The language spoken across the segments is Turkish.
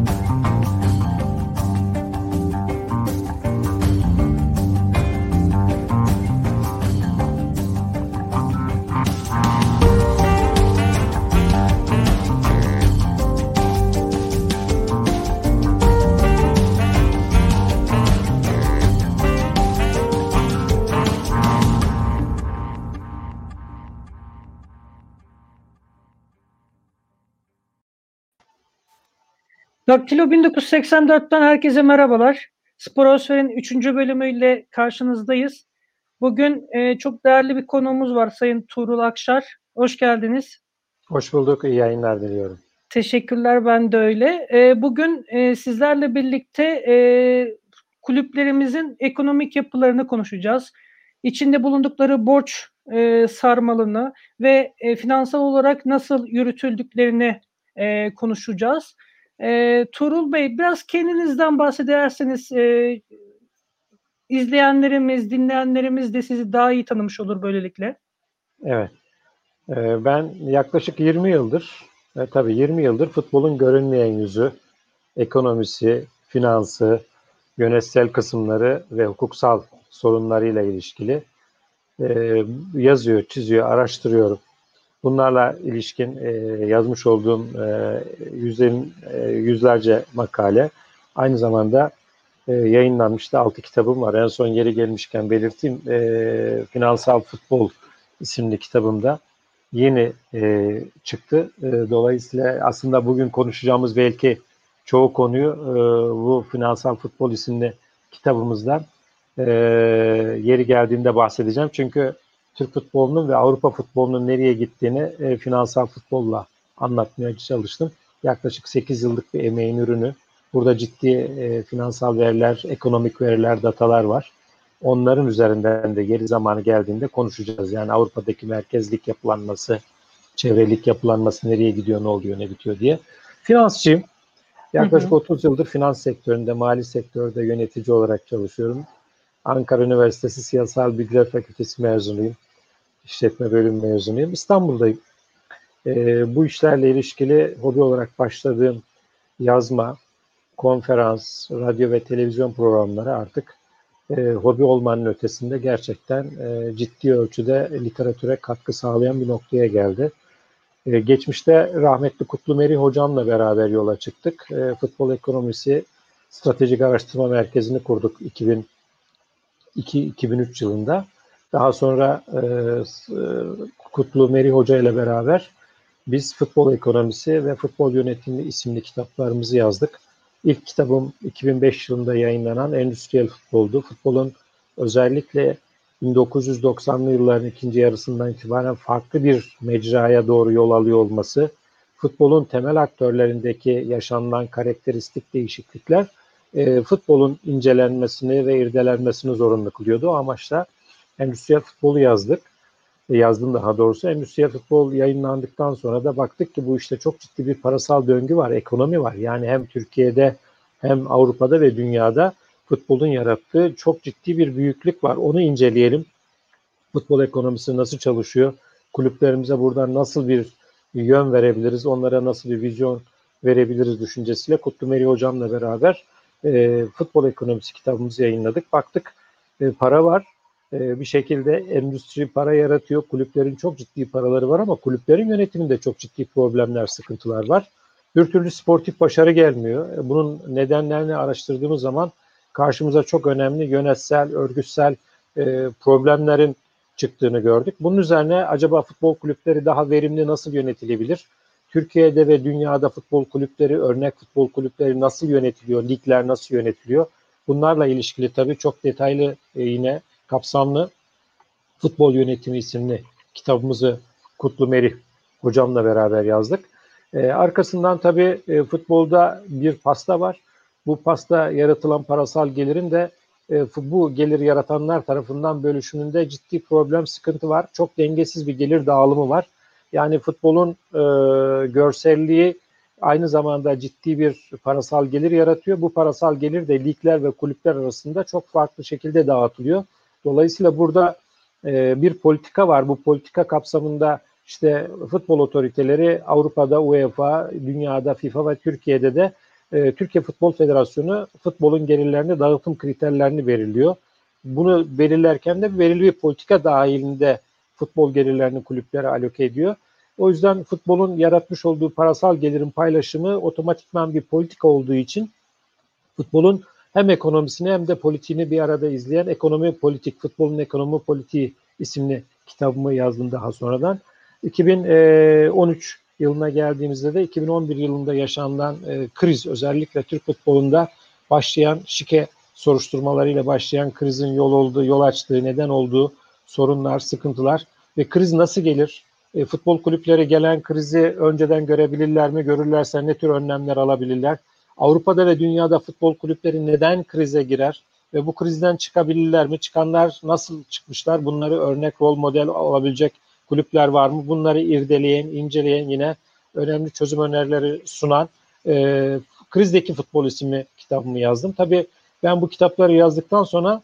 Daktilo 1984'ten herkese merhabalar. Sporosfer'in 3. bölümüyle karşınızdayız. Bugün çok değerli bir konuğumuz var, Sayın Tuğrul Akşar. Hoş geldiniz. Hoş bulduk, iyi yayınlar diliyorum. Teşekkürler, ben de öyle. Bugün sizlerle birlikte kulüplerimizin ekonomik yapılarını konuşacağız. İçinde bulundukları borç sarmalını ve finansal olarak nasıl yürütüldüklerini konuşacağız. Tuğrul Bey, biraz kendinizden bahsederseniz izleyenlerimiz, dinleyenlerimiz de sizi daha iyi tanımış olur böylelikle. Evet, ben yaklaşık 20 yıldır, tabii 20 yıldır futbolun görünmeyen yüzü, ekonomisi, finansı, yönetsel kısımları ve hukuksal sorunlarıyla ilişkili yazıyor, çiziyor, araştırıyorum. Bunlarla ilişkin yazmış olduğum yüzlerce makale, aynı zamanda yayınlanmıştı. 6 kitabım var. En son yeri gelmişken belirteyim. Finansal Futbol isimli kitabımda yeni çıktı. Dolayısıyla aslında bugün konuşacağımız belki çoğu konuyu bu Finansal Futbol isimli kitabımızdan yeri geldiğinde bahsedeceğim. Çünkü Türk futbolunun ve Avrupa futbolunun nereye gittiğini finansal futbolla anlatmaya çalıştım. Yaklaşık 8 yıllık bir emeğin ürünü. Burada ciddi finansal veriler, ekonomik veriler, datalar var. Onların üzerinden de geri zamanı geldiğinde konuşacağız. Yani Avrupa'daki merkezlik yapılanması, çevrelik yapılanması nereye gidiyor, ne oluyor, ne bitiyor diye. Finansçıyım. Yaklaşık 30 yıldır finans sektöründe, mali sektörde yönetici olarak çalışıyorum. Ankara Üniversitesi Siyasal Bilgiler Fakültesi mezunuyum. İşletme bölümü mezunuyum. İstanbul'dayım. Bu işlerle ilişkili hobi olarak başladığım yazma, konferans, radyo ve televizyon programları artık hobi olmanın ötesinde gerçekten ciddi ölçüde literatüre katkı sağlayan bir noktaya geldi. Geçmişte rahmetli Kutlu Merih hocamla beraber yola çıktık. Futbol Ekonomisi Stratejik Araştırma Merkezi'ni kurduk 2002-2003 yılında. Daha sonra Kutlu Merih Hoca ile beraber biz Futbol Ekonomisi ve Futbol Yönetimi isimli kitaplarımızı yazdık. İlk kitabım 2005 yılında yayınlanan Endüstriyel Futbol'du. Futbolun özellikle 1990'lı yılların ikinci yarısından itibaren farklı bir mecraya doğru yol alıyor olması, futbolun temel aktörlerindeki yaşanılan karakteristik değişiklikler futbolun incelenmesini ve irdelenmesini zorunlu kılıyordu. O amaçla endüstriyel futbolu yazdık. Yazdım daha doğrusu. Endüstriyel futbol yayınlandıktan sonra da baktık ki bu işte çok ciddi bir parasal döngü var, ekonomi var. Yani hem Türkiye'de hem Avrupa'da ve dünyada futbolun yarattığı çok ciddi bir büyüklük var. Onu inceleyelim. Futbol ekonomisi nasıl çalışıyor? Kulüplerimize buradan nasıl bir yön verebiliriz? Onlara nasıl bir vizyon verebiliriz düşüncesiyle Kutlu Merih Hocam'la beraber futbol ekonomisi kitabımızı yayınladık. Baktık para var. Bir şekilde endüstri para yaratıyor. Kulüplerin çok ciddi paraları var ama kulüplerin yönetiminde çok ciddi problemler, sıkıntılar var. Bir türlü sportif başarı gelmiyor. Bunun nedenlerini araştırdığımız zaman karşımıza çok önemli yönetsel, örgütsel problemlerin çıktığını gördük. Bunun üzerine acaba futbol kulüpleri daha verimli nasıl yönetilebilir? Türkiye'de ve dünyada futbol kulüpleri, örnek futbol kulüpleri nasıl yönetiliyor? Ligler nasıl yönetiliyor? Bunlarla ilişkili tabii çok detaylı yine kapsamlı Futbol Yönetimi isimli kitabımızı Kutlu Merih hocamla beraber yazdık. Arkasından tabii futbolda bir pasta var. Bu pasta yaratılan parasal gelirin de bu gelir yaratanlar tarafından bölüşümünde ciddi problem, sıkıntı var. Çok dengesiz bir gelir dağılımı var. Yani futbolun görselliği aynı zamanda ciddi bir parasal gelir yaratıyor. Bu parasal gelir de ligler ve kulüpler arasında çok farklı şekilde dağıtılıyor. Dolayısıyla burada bir politika var. Bu politika kapsamında işte futbol otoriteleri Avrupa'da UEFA, dünyada FIFA ve Türkiye'de de Türkiye Futbol Federasyonu futbolun gelirlerini, dağıtım kriterlerini belirliyor. Bunu belirlerken de belirli bir politika dahilinde futbol gelirlerini kulüplere aloke ediyor. O yüzden futbolun yaratmış olduğu parasal gelirin paylaşımı otomatikman bir politika olduğu için futbolun hem ekonomisini hem de politiğini bir arada izleyen Ekonomi Politik, Futbolun Ekonomi Politiği isimli kitabımı yazdım daha sonradan. 2013 yılına geldiğimizde de 2011 yılında yaşanılan kriz, özellikle Türk futbolunda başlayan şike soruşturmalarıyla başlayan krizin yol açtığı, neden olduğu sorunlar, sıkıntılar ve kriz nasıl gelir? Futbol kulüpleri gelen krizi önceden görebilirler mi? Görürlerse ne tür önlemler alabilirler? Avrupa'da ve dünyada futbol kulüpleri neden krize girer ve bu krizden çıkabilirler mi? Çıkanlar nasıl çıkmışlar? Bunları örnek, rol model olabilecek kulüpler var mı? Bunları irdeleyen, inceleyen, yine önemli çözüm önerileri sunan Krizdeki Futbol isimli kitabımı yazdım. Tabii ben bu kitapları yazdıktan sonra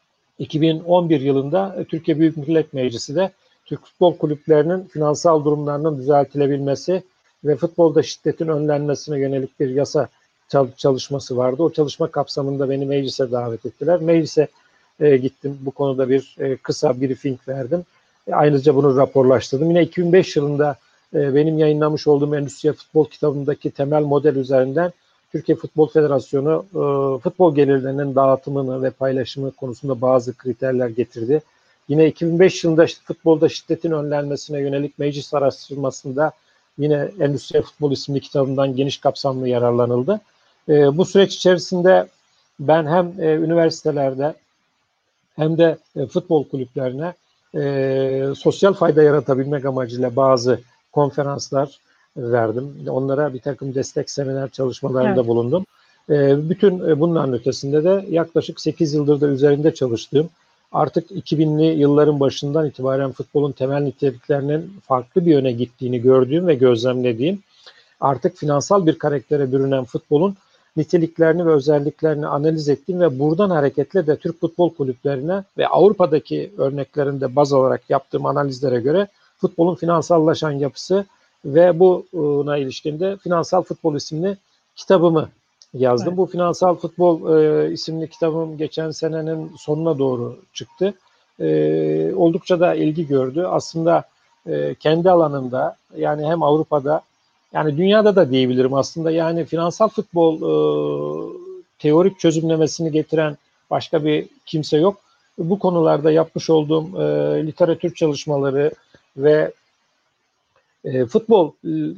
2011 yılında Türkiye Büyük Millet Meclisi de Türk futbol kulüplerinin finansal durumlarının düzeltilebilmesi ve futbolda şiddetin önlenmesine yönelik bir yasa çalışması vardı. O çalışma kapsamında beni meclise davet ettiler. Meclise gittim. Bu konuda bir kısa briefing verdim. Ayrıca bunu raporlaştırdım. Yine 2005 yılında benim yayınlamış olduğum Endüstriye Futbol kitabındaki temel model üzerinden Türkiye Futbol Federasyonu futbol gelirlerinin dağıtımını ve paylaşımı konusunda bazı kriterler getirdi. Yine 2005 yılında futbolda şiddetin önlenmesine yönelik meclis araştırmasında yine Endüstriye Futbol isimli kitabından geniş kapsamlı yararlanıldı. Bu süreç içerisinde ben hem üniversitelerde hem de futbol kulüplerine sosyal fayda yaratabilmek amacıyla bazı konferanslar verdim. Onlara bir takım destek seminer çalışmalarında bulundum. Bütün bunların ötesinde de yaklaşık 8 yıldır da üzerinde çalıştığım, artık 2000'li yılların başından itibaren futbolun temel niteliklerinin farklı bir yöne gittiğini gördüğüm ve gözlemlediğim, artık finansal bir karaktere bürünen futbolun niteliklerini ve özelliklerini analiz ettim ve buradan hareketle de Türk futbol kulüplerine ve Avrupa'daki örneklerinde baz alarak yaptığım analizlere göre futbolun finansallaşan yapısı ve buna ilişkin de Finansal Futbol isimli kitabımı yazdım. Evet. Bu Finansal Futbol isimli kitabım geçen senenin sonuna doğru çıktı. Oldukça da ilgi gördü. Aslında kendi alanında, yani hem Avrupa'da, yani dünyada da diyebilirim aslında, yani finansal futbol teorik çözümlemesini getiren başka bir kimse yok. Bu konularda yapmış olduğum literatür çalışmaları ve futbol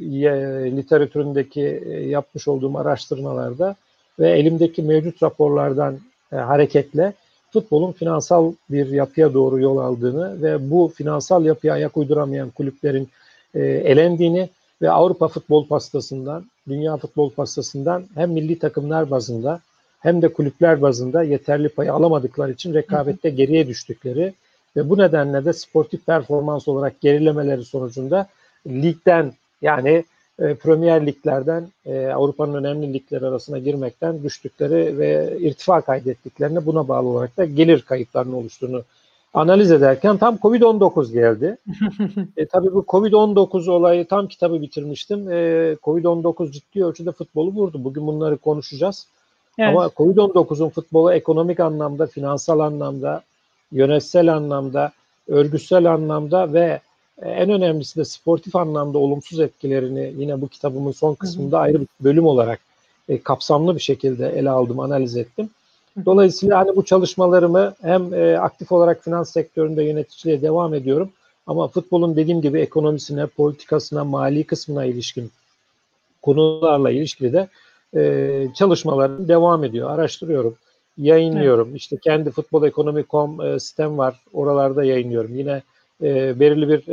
literatüründeki yapmış olduğum araştırmalarda ve elimdeki mevcut raporlardan hareketle futbolun finansal bir yapıya doğru yol aldığını ve bu finansal yapıya ayak uyduramayan kulüplerin elendiğini ve Avrupa futbol pastasından, dünya futbol pastasından hem milli takımlar bazında hem de kulüpler bazında yeterli payı alamadıkları için rekabette geriye düştükleri ve bu nedenle de sportif performans olarak gerilemeleri sonucunda ligden, yani Premier Liglerden Avrupa'nın önemli ligleri arasına girmekten düştükleri ve irtifa kaydettiklerini, buna bağlı olarak da gelir kayıplarının oluştuğunu analiz ederken tam Covid-19 geldi. Tabii bu Covid-19 olayı, tam kitabı bitirmiştim. Covid-19 ciddi ölçüde futbolu vurdu. Bugün bunları konuşacağız. Evet. Ama Covid-19'un futbolu ekonomik anlamda, finansal anlamda, yönetsel anlamda, örgütsel anlamda ve en önemlisi de sportif anlamda olumsuz etkilerini yine bu kitabımın son kısmında ayrı bir bölüm olarak kapsamlı bir şekilde ele aldım, analiz ettim. Dolayısıyla hani bu çalışmalarımı hem aktif olarak finans sektöründe yöneticiliğe devam ediyorum, ama futbolun dediğim gibi ekonomisine, politikasına, mali kısmına ilişkin konularla ilişkili de çalışmalarım devam ediyor. Araştırıyorum, yayınlıyorum. Evet. İşte kendi futbolekonomi.com sitem var. Oralarda yayınlıyorum. Yine belirli bir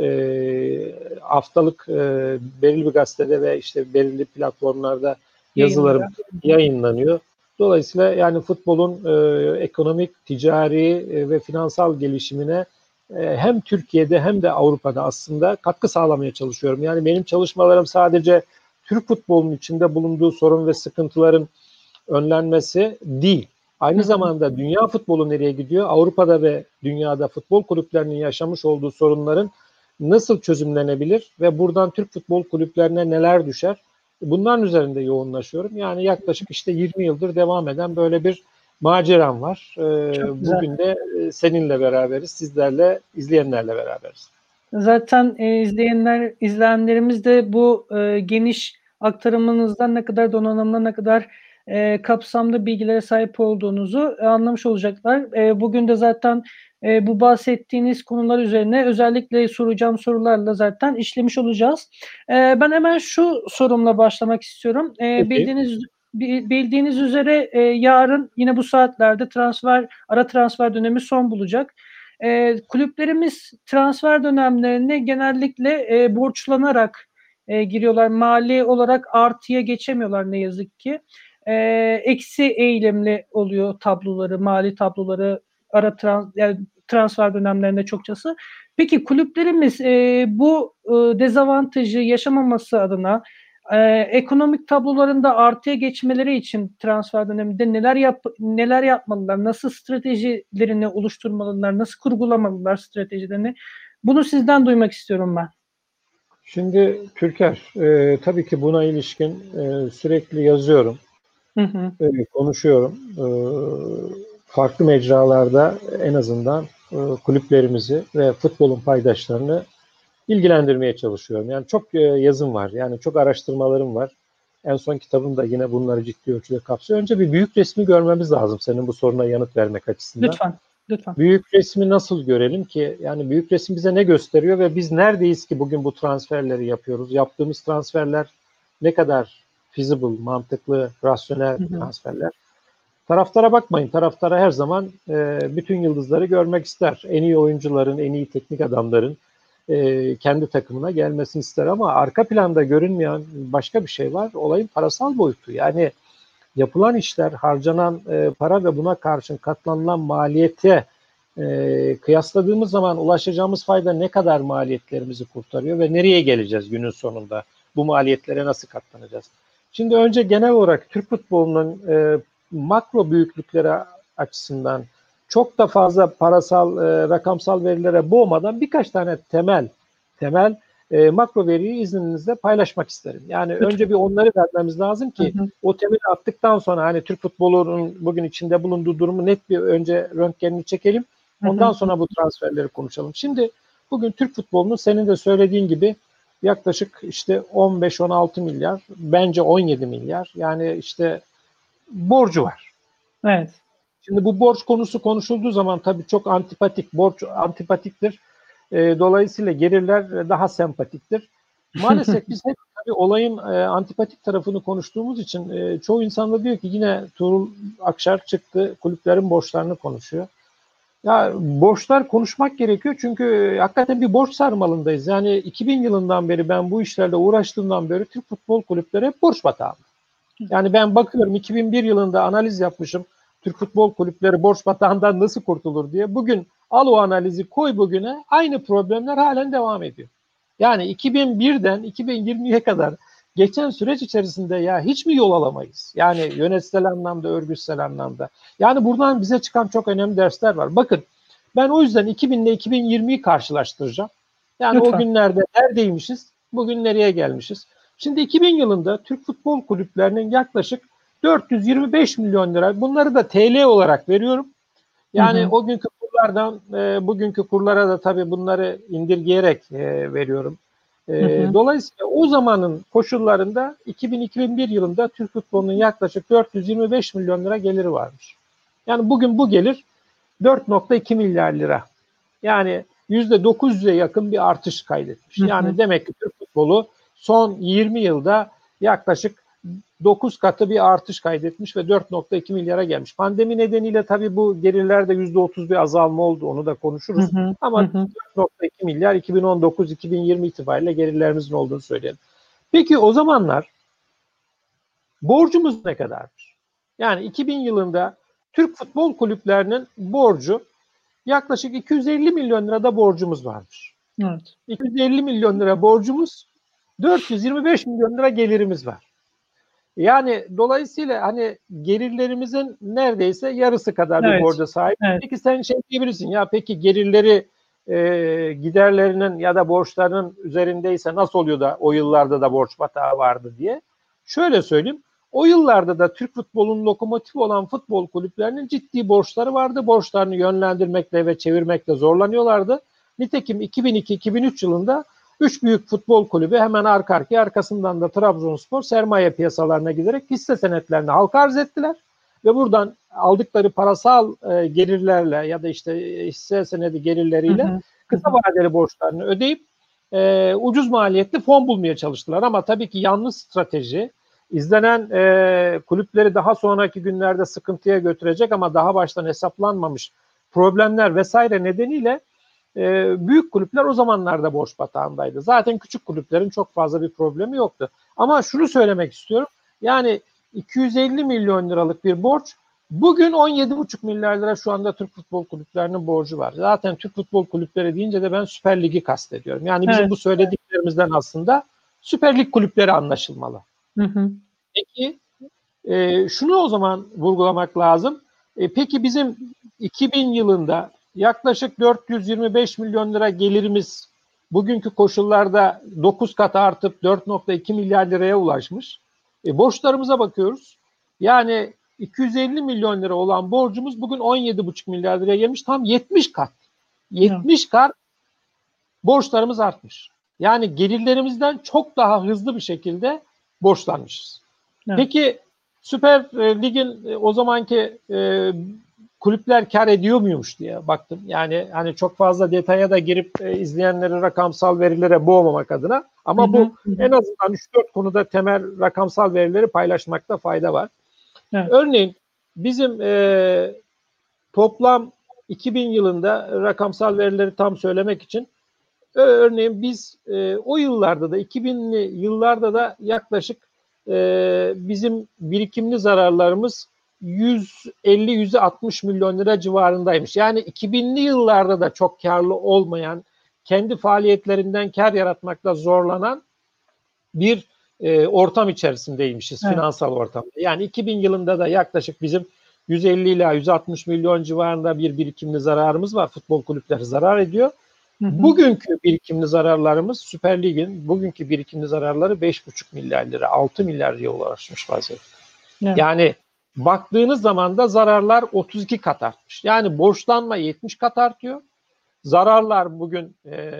haftalık belirli bir gazetede ve işte belirli platformlarda yazılarım yayınlanıyor. Dolayısıyla yani futbolun ekonomik, ticari ve finansal gelişimine hem Türkiye'de hem de Avrupa'da aslında katkı sağlamaya çalışıyorum. Yani benim çalışmalarım sadece Türk futbolunun içinde bulunduğu sorun ve sıkıntıların önlenmesi değil. Aynı zamanda dünya futbolu nereye gidiyor? Avrupa'da ve dünyada futbol kulüplerinin yaşamış olduğu sorunların nasıl çözümlenebilir ve buradan Türk futbol kulüplerine neler düşer? Bunların üzerinde yoğunlaşıyorum. Yani yaklaşık işte 20 yıldır devam eden böyle bir maceram var. Çok güzel. Bugün de seninle beraberiz, sizlerle, izleyenlerle beraberiz. Zaten izleyenlerimiz de bu geniş aktarımınızdan ne kadar donanımlı, ne kadar kapsamlı bilgilere sahip olduğunuzu anlamış olacaklar. Bugün de zaten bu bahsettiğiniz konular üzerine özellikle soracağım sorularla zaten işlemiş olacağız. Ben hemen şu sorumla başlamak istiyorum. Peki. Bildiğiniz üzere yarın yine bu saatlerde ara transfer dönemi son bulacak. Kulüplerimiz transfer dönemlerine genellikle borçlanarak giriyorlar. Mali olarak artıya geçemiyorlar ne yazık ki. Eksi eğilimli oluyor tabloları, mali tabloları yani transfer dönemlerinde çokçası. Peki kulüplerimiz bu dezavantajı yaşamaması adına ekonomik tablolarında artıya geçmeleri için transfer döneminde neler yapmalılar, nasıl stratejilerini oluşturmalılar, nasıl kurgulamalılar stratejilerini? Bunu sizden duymak istiyorum ben. Şimdi Türker, tabii ki buna ilişkin sürekli yazıyorum, Hı hı, konuşuyorum. Farklı mecralarda en azından kulüplerimizi ve futbolun paydaşlarını ilgilendirmeye çalışıyorum. Yani çok yazım var, yani çok araştırmalarım var. En son kitabım da yine bunları ciddi ölçüde kapsıyor. Önce bir büyük resmi görmemiz lazım senin bu soruna yanıt vermek açısından. lütfen, lütfen. Büyük resmi nasıl görelim ki? Yani büyük resim bize ne gösteriyor ve biz neredeyiz ki bugün bu transferleri yapıyoruz? Yaptığımız transferler ne kadar feasible, mantıklı, rasyonel Hı hı, transferler? Taraftara bakmayın. Taraftara her zaman bütün yıldızları görmek ister. En iyi oyuncuların, en iyi teknik adamların kendi takımına gelmesini ister ama arka planda görünmeyen başka bir şey var. Olayın parasal boyutu. Yani yapılan işler, harcanan para ve buna karşın katlanılan maliyete kıyasladığımız zaman ulaşacağımız fayda ne kadar maliyetlerimizi kurtarıyor ve nereye geleceğiz günün sonunda? Bu maliyetlere nasıl katlanacağız? Şimdi önce genel olarak Türk futbolunun makro büyüklükleri açısından çok da fazla parasal, rakamsal verilere boğmadan birkaç tane temel makro veriyi izninizle paylaşmak isterim. Yani önce lütfen. bir onları vermemiz lazım Hı ki hı, o temeli attıktan sonra hani Türk futbolunun bugün içinde bulunduğu durumu net bir önce röntgenini çekelim. hı Ondan hı, sonra bu transferleri konuşalım. Şimdi bugün Türk futbolunun senin de söylediğin gibi yaklaşık işte 15-16 milyar, bence 17 milyar yani işte borcu var. evet. Şimdi bu borç konusu konuşulduğu zaman tabii çok antipatik, borç antipatiktir. Dolayısıyla gelirler daha sempatiktir. Maalesef biz hep tabii olayın antipatik tarafını konuştuğumuz için çoğu insan da diyor ki yine Tuğrul Akşar çıktı kulüplerin borçlarını konuşuyor. Ya borçlar konuşmak gerekiyor çünkü hakikaten bir borç sarmalındayız. Yani 2000 yılından beri ben bu işlerle uğraştığımdan beri Türk futbol kulüpleri hep borç batağında. Yani ben bakıyorum 2001 yılında analiz yapmışım. Türk futbol kulüpleri borç batağından nasıl kurtulur diye. Bugün al o analizi koy bugüne aynı problemler halen devam ediyor. Yani 2001'den 2020'ye kadar geçen süreç içerisinde ya hiç mi yol alamayız? Yani yönetsel anlamda, örgütsel anlamda. Yani buradan bize çıkan çok önemli dersler var. Bakın ben o yüzden 2000 ile 2020'yi karşılaştıracağım. Yani o Lütfen. günlerde neredeymişiz, bugün nereye gelmişiz? Şimdi 2000 yılında Türk futbol kulüplerinin yaklaşık 425 milyon lira, bunları da TL olarak veriyorum. Hı Yani hı, o günkü kurlardan bugünkü kurlara da tabii bunları indirgeyerek veriyorum. hı hı, Dolayısıyla o zamanın koşullarında 2000-2001 yılında Türk futbolunun yaklaşık 425 milyon lira geliri varmış. Yani bugün bu gelir 4,2 milyar lira. Yani %900'e yakın bir artış kaydetmiş. hı hı. Yani demek ki Türk futbolu son 20 yılda yaklaşık 9 katı bir artış kaydetmiş ve 4,2 milyara gelmiş. Pandemi nedeniyle tabii bu gelirlerde %30 bir azalma oldu. Onu da Hı konuşuruz. hı, hı Ama hı. 4,2 milyar 2019-2020 itibariyle gelirlerimizin olduğunu söyleyelim. Peki o zamanlar borcumuz ne kadardır? Yani 2000 yılında Türk futbol kulüplerinin borcu yaklaşık 250 milyon lirada borcumuz varmış. Evet. 250 milyon lira borcumuz, 425 milyon lira gelirimiz var. Yani dolayısıyla hani gelirlerimizin neredeyse yarısı kadar bir Evet. borca sahip. Evet. Peki sen şey diyebilirsin ya peki gelirleri giderlerinin ya da borçlarının üzerindeyse nasıl oluyor da o yıllarda da borç batağı vardı diye. Şöyle söyleyeyim. O yıllarda da Türk futbolunun lokomotifi olan futbol kulüplerinin ciddi borçları vardı. Borçlarını yönlendirmekle ve çevirmekle zorlanıyorlardı. Nitekim 2002-2003 yılında 3 büyük futbol kulübü hemen arka arkaya, arkasından da Trabzonspor sermaye piyasalarına giderek hisse senetlerini halka arz ettiler. Ve buradan aldıkları parasal gelirlerle ya da işte hisse senedi gelirleriyle kısa vadeli borçlarını ödeyip ucuz maliyetli fon bulmaya çalıştılar. Ama tabii ki yanlış strateji, izlenen kulüpleri daha sonraki günlerde sıkıntıya götürecek ama daha baştan hesaplanmamış problemler vesaire nedeniyle büyük kulüpler o zamanlarda borç batağındaydı. Zaten küçük kulüplerin çok fazla bir problemi yoktu. Ama şunu söylemek istiyorum. Yani 250 milyon liralık bir borç, bugün 17,5 milyar lira şu anda Türk futbol kulüplerinin borcu var. Zaten Türk futbol kulüpleri deyince de ben Süper Lig'i kastediyorum. Yani bizim bu söylediklerimizden aslında Süper Lig kulüpleri anlaşılmalı. Peki şunu o zaman vurgulamak lazım. Peki bizim 2000 yılında yaklaşık 425 milyon lira gelirimiz bugünkü koşullarda 9 kat artıp 4,2 milyar liraya ulaşmış. Borçlarımıza bakıyoruz. Yani 250 milyon lira olan borcumuz bugün 17,5 milyar liraya gelmiş. Tam 70 kat. 70 kat borçlarımız artmış. Yani gelirlerimizden çok daha hızlı bir şekilde borçlanmışız. Evet. Peki Süper Lig'in o zamanki kulüpler kar ediyor muymuş diye baktım. Yani hani çok fazla detaya da girip izleyenleri rakamsal verilere boğmamak adına. Ama bu en azından 3-4 konuda temel rakamsal verileri paylaşmakta fayda var. Evet. Örneğin bizim toplam 2000 yılında rakamsal verileri tam söylemek için örneğin biz o yıllarda da 2000'li yıllarda da yaklaşık bizim birikimli zararlarımız 150-160 milyon lira civarındaymış. Yani 2000'li yıllarda da çok karlı olmayan, kendi faaliyetlerinden kar yaratmakta zorlanan bir ortam içerisindeymişiz, evet. Finansal ortamda. Yani 2000 yılında da yaklaşık bizim 150 ila 160 milyon civarında bir birikimli zararımız var. Futbol kulüpleri zarar ediyor. Bugünkü birikimli zararlarımız, Süper Lig'in bugünkü birikimli zararları 5,5 milyar lira, 6 milyar liraya ulaşmış vaziyette. Evet. Yani baktığınız zaman da zararlar 32 kat artmış. Yani borçlanma 70 kat artıyor. Zararlar bugün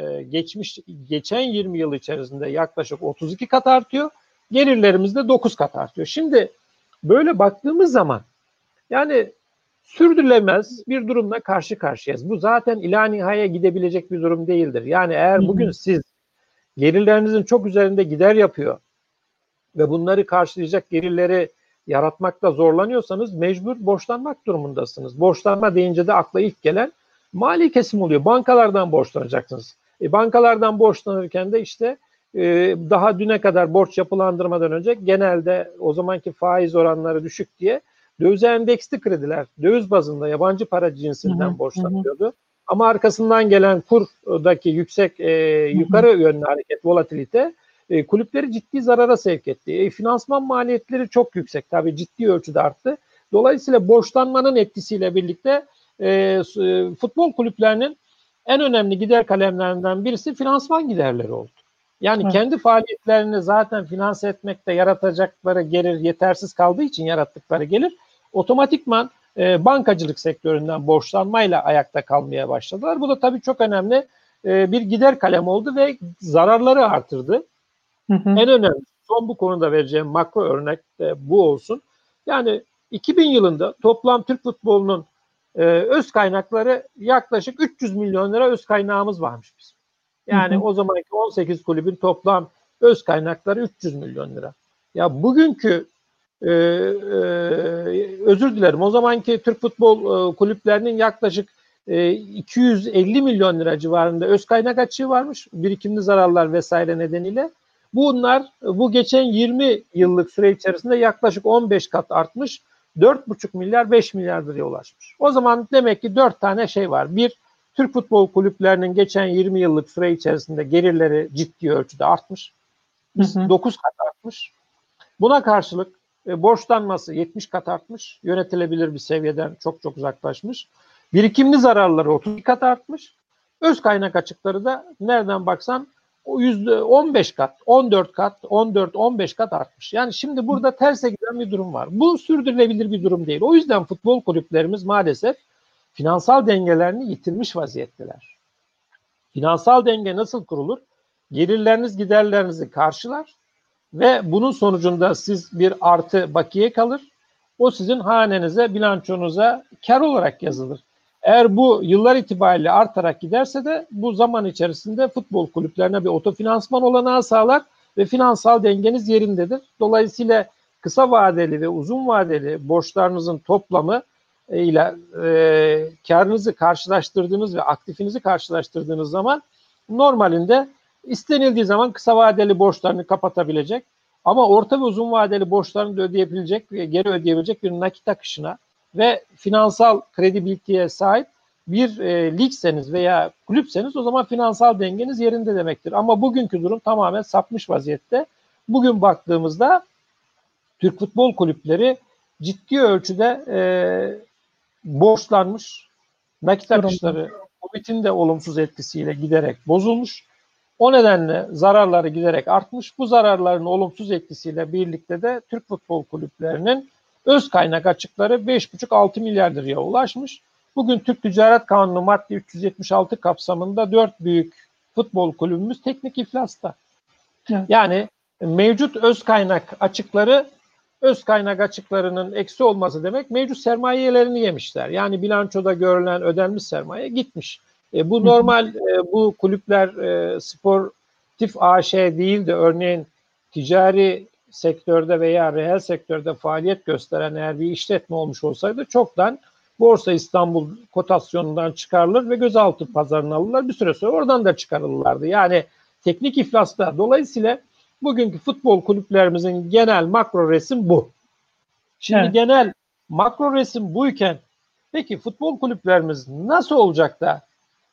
geçen 20 yıl içerisinde yaklaşık 32 kat artıyor. Gelirlerimiz de 9 kat artıyor. Şimdi böyle baktığımız zaman yani sürdürülemez bir durumla karşı karşıyayız. Bu zaten ila nihaya gidebilecek bir durum değildir. Yani eğer bugün siz gelirlerinizin çok üzerinde gider yapıyor ve bunları karşılayacak gelirleri yaratmakta zorlanıyorsanız mecbur borçlanmak durumundasınız. Borçlanma deyince de akla ilk gelen mali kesim oluyor. Bankalardan borçlanacaksınız. Bankalardan borçlanırken de işte daha düne kadar borç yapılandırmadan önce genelde o zamanki faiz oranları düşük diye döviz endeksli krediler, döviz bazında yabancı para cinsinden borçlanıyordu. Ama arkasından gelen kurdaki yüksek yukarı yönlü hareket, volatilite kulüpleri ciddi zarara sevk etti. Finansman maliyetleri çok yüksek. Tabii ciddi ölçüde arttı. Dolayısıyla borçlanmanın etkisiyle birlikte futbol kulüplerinin en önemli gider kalemlerinden birisi finansman giderleri oldu. Yani kendi faaliyetlerini zaten finanse etmekte yaratacakları gelir yetersiz kaldığı için yarattıkları gelir otomatikman bankacılık sektöründen borçlanmayla ayakta kalmaya başladılar. Bu da tabii çok önemli bir gider kalem oldu ve zararları artırdı. En önemli son bu konuda vereceğim makro örnek de bu olsun. Yani 2000 yılında toplam Türk futbolunun öz kaynakları yaklaşık 300 milyon lira öz kaynağımız varmış bizim. Yani o zamanki 18 kulübün toplam öz kaynakları 300 milyon lira. Ya bugünkü özür dilerim, o zamanki Türk futbol kulüplerinin yaklaşık 250 milyon lira civarında öz kaynak açığı varmış. Birikimli zararlar vesaire nedeniyle. Bunlar bu geçen 20 yıllık süre içerisinde yaklaşık 15 kat artmış. 4,5 milyar 5 milyar liraya ulaşmış. O zaman demek ki 4 tane şey var. Bir, Türk futbol kulüplerinin geçen 20 yıllık süre içerisinde gelirleri ciddi ölçüde artmış. 9 kat artmış. Buna karşılık borçlanması 70 kat artmış. Yönetilebilir bir seviyeden çok çok uzaklaşmış. Birikimli zararları 32 kat artmış. Öz kaynak açıkları da nereden baksan o %15 kat, 14 kat, 14-15 kat artmış. Yani şimdi burada terse giden bir durum var. Bu sürdürülebilir bir durum değil. O yüzden futbol kulüplerimiz maalesef finansal dengelerini yitirmiş vaziyetteler. Finansal denge nasıl kurulur? Gelirleriniz giderlerinizi karşılar ve bunun sonucunda siz bir artı bakiye kalır. O sizin hanenize, bilançonuza kar olarak yazılır. Eğer bu yıllar itibariyle artarak giderse de bu zaman içerisinde futbol kulüplerine bir otofinansman olanağı sağlar ve finansal dengeniz yerindedir. Dolayısıyla kısa vadeli ve uzun vadeli borçlarınızın toplamı ile karınızı karşılaştırdığınız ve aktifinizi karşılaştırdığınız zaman normalinde istenildiği zaman kısa vadeli borçlarını kapatabilecek ama orta ve uzun vadeli borçlarını da ödeyebilecek ve geri ödeyebilecek bir nakit akışına ve finansal kredibiliteye sahip bir ligseniz veya kulüpseniz o zaman finansal dengeniz yerinde demektir. Ama bugünkü durum tamamen sapmış vaziyette. Bugün baktığımızda Türk futbol kulüpleri ciddi ölçüde borçlanmış, nakit akışları Covid'in de olumsuz etkisiyle giderek bozulmuş. O nedenle zararları giderek artmış. Bu zararların olumsuz etkisiyle birlikte de Türk futbol kulüplerinin öz kaynak açıkları 5,5-6 milyar liraya ulaşmış. Bugün Türk Ticaret Kanunu madde 376 kapsamında 4 büyük futbol kulübümüz teknik iflasta. Evet. Yani mevcut öz kaynak açıklarının eksi olması demek mevcut sermayelerini yemişler. Yani bilançoda görülen ödenmiş sermaye gitmiş. Bu normal bu kulüpler sportif AŞ değil de örneğin ticari sektörde veya reel sektörde faaliyet gösteren eğer bir işletme olmuş olsaydı çoktan Borsa İstanbul kotasyonundan çıkarılır ve gözaltı pazarına alırlar. Bir süre sonra oradan da çıkarılırlardı. Yani teknik iflasta. Dolayısıyla bugünkü futbol kulüplerimizin genel makro resim bu. Şimdi evet. Genel makro resim buyken peki futbol kulüplerimiz nasıl olacak da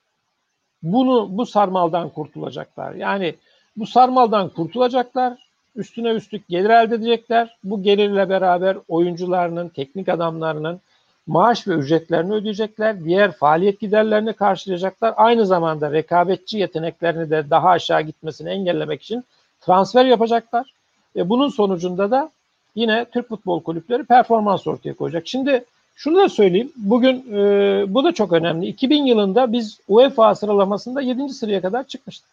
bu sarmaldan kurtulacaklar? Yani bu sarmaldan kurtulacaklar, üstüne üstlük gelir elde edecekler. Bu gelirle beraber oyuncularının, teknik adamlarının maaş ve ücretlerini ödeyecekler. Diğer faaliyet giderlerini karşılayacaklar. Aynı zamanda rekabetçi yeteneklerini de daha aşağı gitmesini engellemek için transfer yapacaklar. Ve bunun sonucunda da yine Türk futbol kulüpleri performans ortaya koyacak. Şimdi şunu da söyleyeyim. Bugün bu da çok önemli. 2000 yılında biz UEFA sıralamasında 7. sıraya kadar çıkmıştık.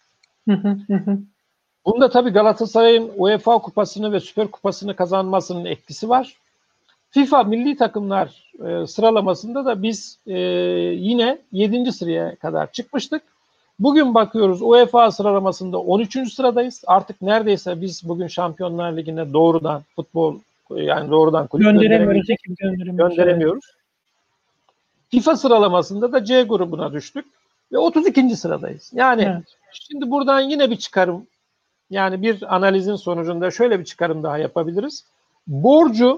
Bunda tabii Galatasaray'ın UEFA kupasını ve Süper Kupasını kazanmasının etkisi var. FIFA milli takımlar sıralamasında da biz yine 7. sıraya kadar çıkmıştık. Bugün bakıyoruz UEFA sıralamasında 13. sıradayız. Artık neredeyse biz bugün Şampiyonlar Ligi'ne doğrudan futbol yani doğrudan kulüp gönderemiyoruz. FIFA sıralamasında da C grubuna düştük ve 32. sıradayız. Yani evet. Şimdi buradan yine bir çıkarım yani bir analizin sonucunda şöyle bir çıkarım daha yapabiliriz. Borcu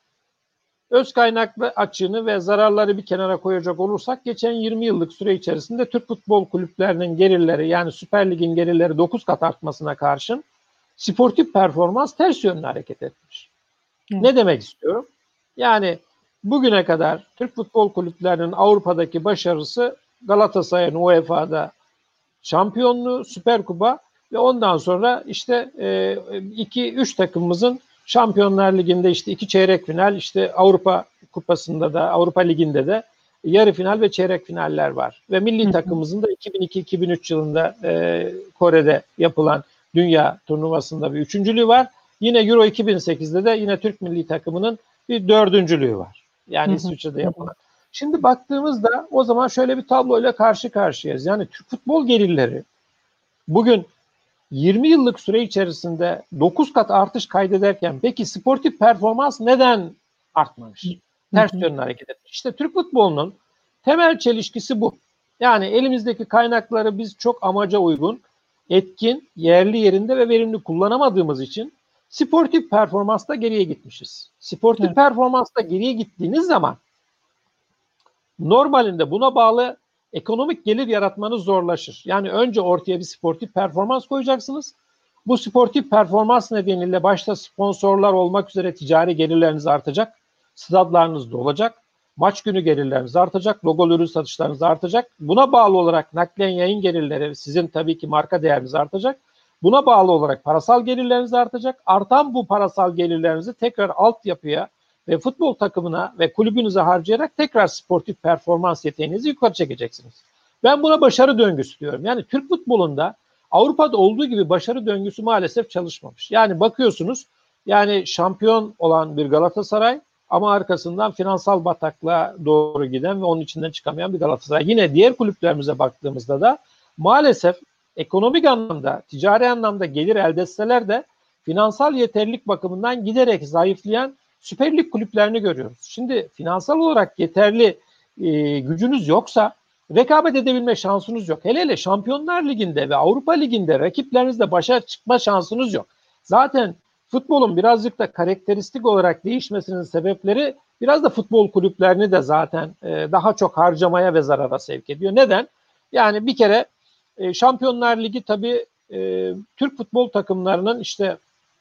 öz kaynaklı açığını ve zararları bir kenara koyacak olursak geçen 20 yıllık süre içerisinde Türk futbol kulüplerinin gelirleri yani Süper Lig'in gelirleri 9 kat artmasına karşın sportif performans ters yönlü hareket etmiş. Ne demek istiyorum? Yani bugüne kadar Türk futbol kulüplerinin Avrupa'daki başarısı Galatasaray'ın UEFA'da şampiyonluğu, Süper Kupa ve ondan sonra işte 2-3 takımımızın Şampiyonlar Ligi'nde işte 2 çeyrek final, işte Avrupa Kupası'nda da, Avrupa Ligi'nde de yarı final ve çeyrek finaller var. Ve milli takımımızın da 2002-2003 yılında Kore'de yapılan dünya turnuvasında bir üçüncülüğü var. Yine Euro 2008'de de yine Türk milli takımının bir dördüncülüğü var. Yani İsviçre'de yapılan. Şimdi baktığımızda o zaman şöyle bir tabloyla karşı karşıyayız. Yani Türk futbol gelirleri bugün 20 yıllık süre içerisinde 9 kat artış kaydederken peki sportif performans neden artmamış? Ters yönlü hareket etmiş. İşte Türk futbolunun temel çelişkisi bu. Yani elimizdeki kaynakları biz çok amaca uygun, etkin, yerli yerinde ve verimli kullanamadığımız için sportif performansta geriye gitmişiz. Sportif performansta geriye gittiğiniz zaman normalinde buna bağlı ekonomik gelir yaratmanız zorlaşır. Yani önce ortaya bir sportif performans koyacaksınız. Bu sportif performans nedeniyle başta sponsorlar olmak üzere ticari gelirleriniz artacak. Stadlarınız dolacak. Maç günü gelirleriniz artacak, logolu ürün satışlarınız artacak. Buna bağlı olarak naklen yayın gelirleri, sizin tabii ki marka değeriniz artacak. Buna bağlı olarak parasal gelirleriniz artacak. Artan bu parasal gelirlerinizi tekrar altyapıya ve futbol takımına ve kulübünüze harcayarak tekrar sportif performans yeteneğinizi yukarı çekeceksiniz. Ben buna başarı döngüsü diyorum. Yani Türk futbolunda Avrupa'da olduğu gibi başarı döngüsü maalesef çalışmamış. Yani bakıyorsunuz, yani şampiyon olan bir Galatasaray ama arkasından finansal bataklığa doğru giden ve onun içinden çıkamayan bir Galatasaray. Yine diğer kulüplerimize baktığımızda da maalesef ekonomik anlamda, ticari anlamda gelir elde etseler de finansal yeterlilik bakımından giderek zayıflayan Süper Lig kulüplerini görüyoruz. Şimdi finansal olarak yeterli gücünüz yoksa rekabet edebilme şansınız yok. Hele hele Şampiyonlar Ligi'nde ve Avrupa Ligi'nde rakiplerinizle başa çıkma şansınız yok. Zaten futbolun birazcık da karakteristik olarak değişmesinin sebepleri biraz da futbol kulüplerini de zaten daha çok harcamaya ve zarara sevk ediyor. Neden? Yani bir kere Şampiyonlar Ligi tabii Türk futbol takımlarının işte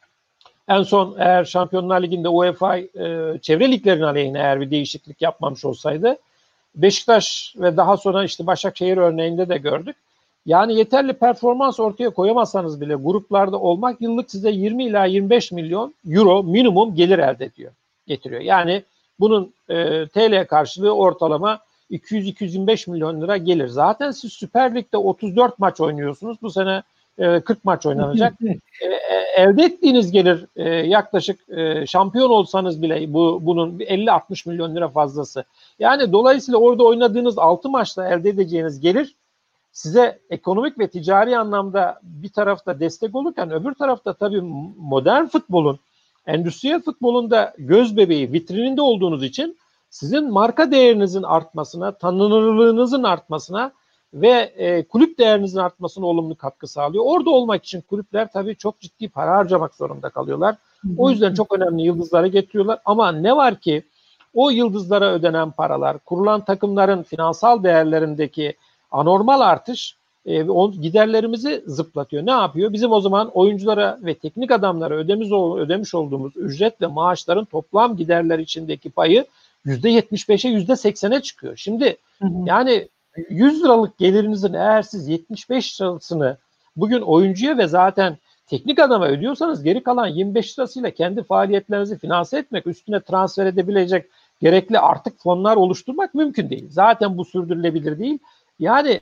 en son eğer Şampiyonlar Ligi'nde UEFA çevre liglerinin aleyhine eğer bir değişiklik yapmamış olsaydı, Beşiktaş ve daha sonra işte Başakşehir örneğinde de gördük. Yani yeterli performans ortaya koyamazsanız bile gruplarda olmak yıllık size 20 ila 25 milyon euro minimum gelir elde getiriyor. Yani bunun TL karşılığı ortalama 200-225 milyon lira gelir. Zaten siz Süper Lig'de 34 maç oynuyorsunuz. Bu sene 40 maç oynanacak. Elde ettiğiniz gelir yaklaşık şampiyon olsanız bile bunun 50-60 milyon lira fazlası. Yani dolayısıyla orada oynadığınız 6 maçta elde edeceğiniz gelir size ekonomik ve ticari anlamda bir tarafta destek olurken öbür tarafta tabii modern futbolun, endüstriyel futbolun da göz bebeği, vitrininde olduğunuz için sizin marka değerinizin artmasına, tanınırlığınızın artmasına ve kulüp değerinizin artmasına olumlu katkı sağlıyor. Orada olmak için kulüpler tabii çok ciddi para harcamak zorunda kalıyorlar. O yüzden çok önemli yıldızları getiriyorlar. Ama ne var ki o yıldızlara ödenen paralar, kurulan takımların finansal değerlerindeki anormal artış giderlerimizi zıplatıyor. Ne yapıyor? Bizim o zaman oyunculara ve teknik adamlara ödemiş olduğumuz ücret ve maaşların toplam giderler içindeki payı %75'e %80'e çıkıyor. Şimdi yani 100 liralık gelirinizin eğer siz 75 lirasını bugün oyuncuya ve zaten teknik adama ödüyorsanız geri kalan 25 lirasıyla kendi faaliyetlerinizi finanse etmek, üstüne transfer edebilecek gerekli artık fonlar oluşturmak mümkün değil. Zaten bu sürdürülebilir değil. Yani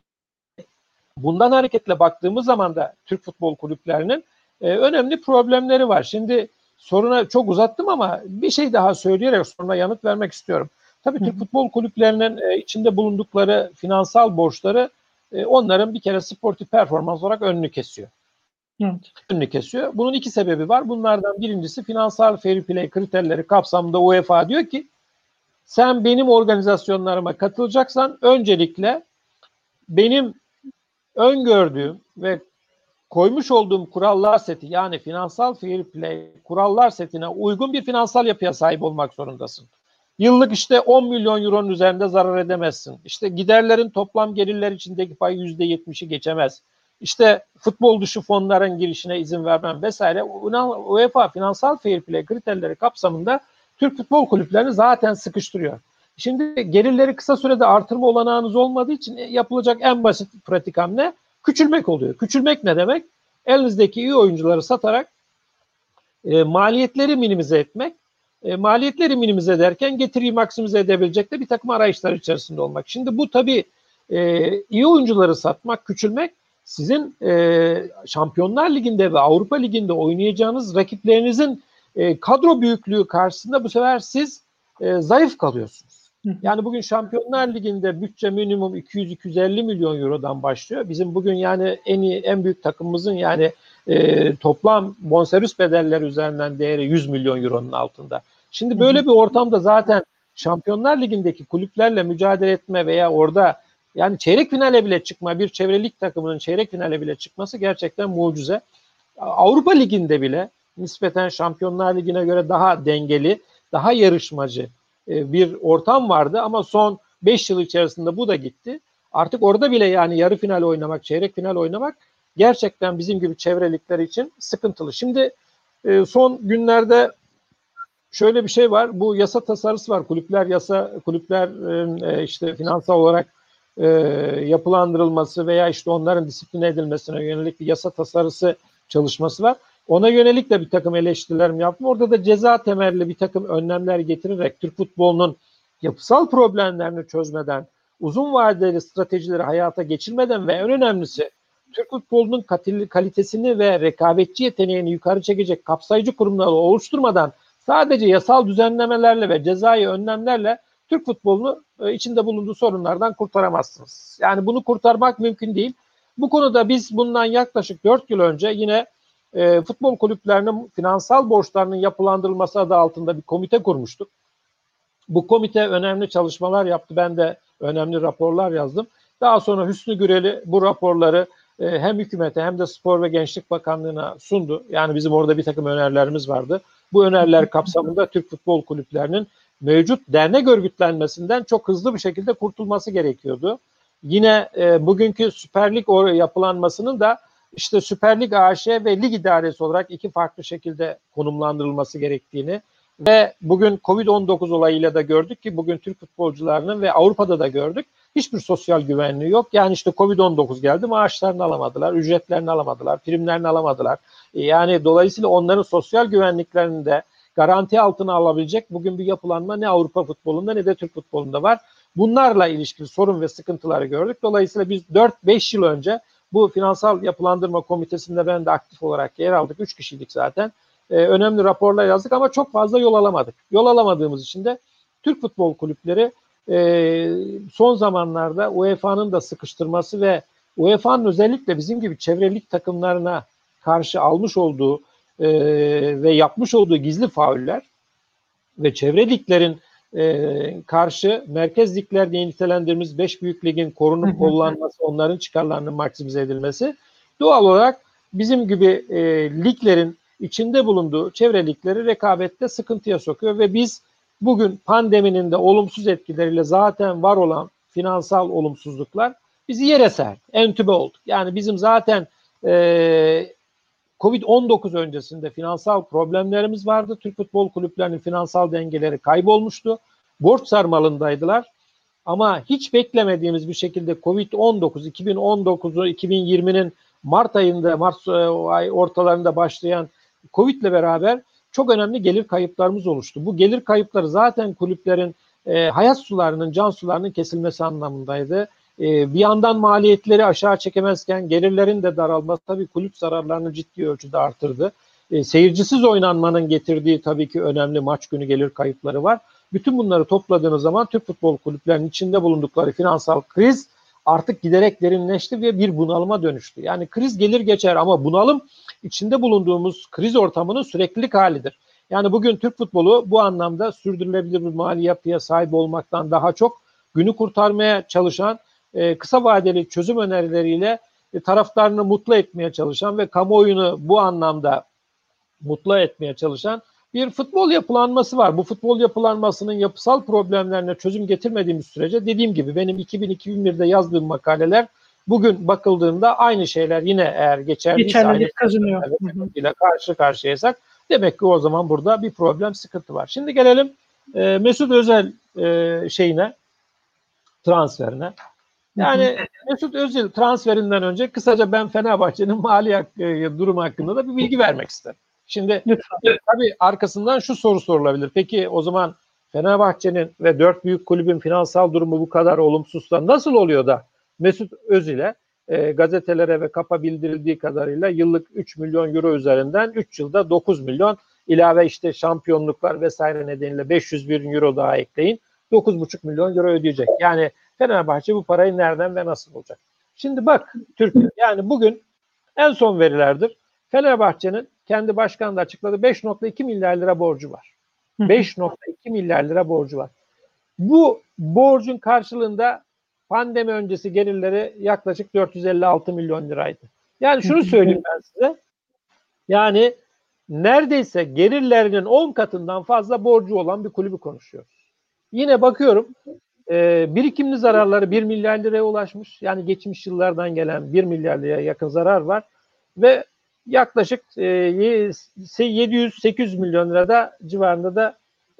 bundan hareketle baktığımız zaman da Türk futbol kulüplerinin önemli problemleri var. Şimdi soruna çok uzattım ama bir şey daha söyleyerek soruna yanıt vermek istiyorum. Tabii Türk futbol kulüplerinin içinde bulundukları finansal borçları onların bir kere sportif performans olarak önünü kesiyor. Evet. Önünü kesiyor. Bunun iki sebebi var. Bunlardan birincisi finansal fair play kriterleri kapsamında UEFA diyor ki sen benim organizasyonlarıma katılacaksan öncelikle benim öngördüğüm ve koymuş olduğum kurallar seti, yani finansal fair play kurallar setine uygun bir finansal yapıya sahip olmak zorundasın. Yıllık işte 10 milyon euronun üzerinde zarar edemezsin. İşte giderlerin toplam gelirler içindeki payı %70'i geçemez. İşte futbol dışı fonların girişine izin vermem vesaire. UEFA finansal fair play kriterleri kapsamında Türk futbol kulüplerini zaten sıkıştırıyor. Şimdi gelirleri kısa sürede artırma olanağınız olmadığı için yapılacak en basit pratik hamle küçülmek oluyor. Küçülmek ne demek? Elinizdeki iyi oyuncuları satarak maliyetleri minimize etmek. Maliyetleri minimize ederken getiriyi maksimize edebilecek de bir takım arayışlar içerisinde olmak. Şimdi bu tabii iyi oyuncuları satmak, küçülmek sizin Şampiyonlar Ligi'nde ve Avrupa Ligi'nde oynayacağınız rakiplerinizin kadro büyüklüğü karşısında bu sefer siz zayıf kalıyorsunuz. Yani bugün Şampiyonlar Ligi'nde bütçe minimum 200-250 milyon eurodan başlıyor. Bizim bugün yani en büyük takımımızın yani toplam bonservis bedelleri üzerinden değeri 100 milyon euronun altında. Şimdi böyle bir ortamda zaten Şampiyonlar Ligi'ndeki kulüplerle mücadele etme veya orada yani çeyrek finale bile çıkma, bir çevre lig takımının çeyrek finale bile çıkması gerçekten mucize. Avrupa Ligi'nde bile nispeten Şampiyonlar Ligi'ne göre daha dengeli, daha yarışmacı bir ortam vardı ama son 5 yıl içerisinde bu da gitti. Artık orada bile yani yarı final oynamak, çeyrek final oynamak gerçekten bizim gibi çevre ligler için sıkıntılı. Şimdi son günlerde şöyle bir şey var. Bu yasa tasarısı var. Kulüpler işte finansal olarak yapılandırılması veya işte onların disipline edilmesine yönelik bir yasa tasarısı çalışması var. Ona yönelik de bir takım eleştirilerim yaptım. Orada da ceza temelli bir takım önlemler getirerek Türk futbolunun yapısal problemlerini çözmeden, uzun vadeli stratejileri hayata geçirmeden ve en önemlisi Türk futbolunun kalitesini ve rekabetçi yeteneğini yukarı çekecek kapsayıcı kurumları oluşturmadan sadece yasal düzenlemelerle ve cezai önlemlerle Türk futbolunu içinde bulunduğu sorunlardan kurtaramazsınız. Yani bunu kurtarmak mümkün değil. Bu konuda biz bundan yaklaşık 4 yıl önce yine futbol kulüplerinin finansal borçlarının yapılandırılması adı altında bir komite kurmuştuk. Bu komite önemli çalışmalar yaptı. Ben de önemli raporlar yazdım. Daha sonra Hüsnü Güreli bu raporları hem hükümete hem de Spor ve Gençlik Bakanlığı'na sundu. Yani bizim orada bir takım önerilerimiz vardı. Bu öneriler kapsamında Türk futbol kulüplerinin mevcut dernek örgütlenmesinden çok hızlı bir şekilde kurtulması gerekiyordu. Yine bugünkü Süper Lig yapılanmasının da işte Süper Lig AŞ ve lig idaresi olarak iki farklı şekilde konumlandırılması gerektiğini ve bugün Covid-19 olayıyla da gördük ki bugün Türk futbolcularının ve Avrupa'da da gördük. Hiçbir sosyal güvenliği yok. Yani işte Covid-19 geldi, maaşlarını alamadılar, ücretlerini alamadılar, primlerini alamadılar. Yani dolayısıyla onların sosyal güvenliklerini de garanti altına alabilecek bugün bir yapılanma ne Avrupa futbolunda ne de Türk futbolunda var. Bunlarla ilişkili sorun ve sıkıntıları gördük. Dolayısıyla biz 4-5 yıl önce bu finansal yapılandırma komitesinde ben de aktif olarak yer aldık. 3 kişiydik zaten. Önemli raporlar yazdık ama çok fazla yol alamadık. Yol alamadığımız için de Türk futbol kulüpleri son zamanlarda UEFA'nın da sıkıştırması ve UEFA'nın özellikle bizim gibi çevrelik takımlarına karşı almış olduğu ve yapmış olduğu gizli fauller ve çevre liglerin karşı merkez ligler diye nitelendirdiğimiz 5 büyük ligin korunup kollanması, onların çıkarlarının maksimize edilmesi doğal olarak bizim gibi liglerin içinde bulunduğu çevre ligleri rekabette sıkıntıya sokuyor ve biz bugün pandeminin de olumsuz etkileriyle zaten var olan finansal olumsuzluklar bizi yere serdi, entübe olduk. Yani bizim zaten Covid-19 öncesinde finansal problemlerimiz vardı. Türk futbol kulüplerinin finansal dengeleri kaybolmuştu. Borç sarmalındaydılar. Ama hiç beklemediğimiz bir şekilde Covid-19, 2019'u 2020'nin Mart ayında, Mart ay ortalarında başlayan Covid ile beraber çok önemli gelir kayıplarımız oluştu. Bu gelir kayıpları zaten kulüplerin hayat sularının, can sularının kesilmesi anlamındaydı. Bir yandan maliyetleri aşağı çekemezken gelirlerin de daralması tabii kulüp zararlarını ciddi ölçüde artırdı. Seyircisiz oynanmanın getirdiği tabii ki önemli maç günü gelir kayıpları var. Bütün bunları topladığınız zaman Türk futbol kulüplerinin içinde bulundukları finansal kriz artık giderek derinleşti ve bir bunalıma dönüştü. Yani kriz gelir geçer ama bunalım içinde bulunduğumuz kriz ortamının süreklilik halidir. Yani bugün Türk futbolu bu anlamda sürdürülebilir bir mali yapıya sahip olmaktan daha çok günü kurtarmaya çalışan, kısa vadeli çözüm önerileriyle taraftarını mutlu etmeye çalışan ve kamuoyunu bu anlamda mutlu etmeye çalışan bir futbol yapılanması var. Bu futbol yapılanmasının yapısal problemlerine çözüm getirmediğimiz sürece dediğim gibi benim 2000-2001'de yazdığım makaleler bugün bakıldığında aynı şeyler yine eğer geçerliyse kazanıyor. ile karşı karşıyaysak demek ki o zaman burada bir problem, sıkıntı var. Şimdi gelelim Mesut Özil transferine. Yani Mesut Özil transferinden önce kısaca ben Fenerbahçe'nin mali durumu hakkında da bir bilgi vermek isterim. Şimdi tabii arkasından şu soru sorulabilir. Peki o zaman Fenerbahçe'nin ve 4 büyük kulübün finansal durumu bu kadar olumsuzsa nasıl oluyor da Mesut Özil'e gazetelere ve KAP'a bildirildiği kadarıyla yıllık 3 milyon euro üzerinden 3 yılda 9 milyon ilave işte şampiyonluklar vesaire nedeniyle 500 bin euro daha ekleyin 9,5 milyon euro ödeyecek. Yani Fenerbahçe bu parayı nereden ve nasıl bulacak? Şimdi bak Türkiye, yani bugün en son verilerdir. Fenerbahçe'nin kendi başkanı da açıkladı 5,2 milyar lira borcu var. 5,2 milyar lira borcu var. Bu borcun karşılığında pandemi öncesi gelirleri yaklaşık 456 milyon liraydı. Yani şunu söyleyeyim ben size. Yani neredeyse gelirlerinin 10 katından fazla borcu olan bir kulübü konuşuyoruz. Yine bakıyorum birikimli zararları 1 milyar liraya ulaşmış. Yani geçmiş yıllardan gelen 1 milyar liraya yakın zarar var. Ve yaklaşık 700-800 milyon lirada civarında da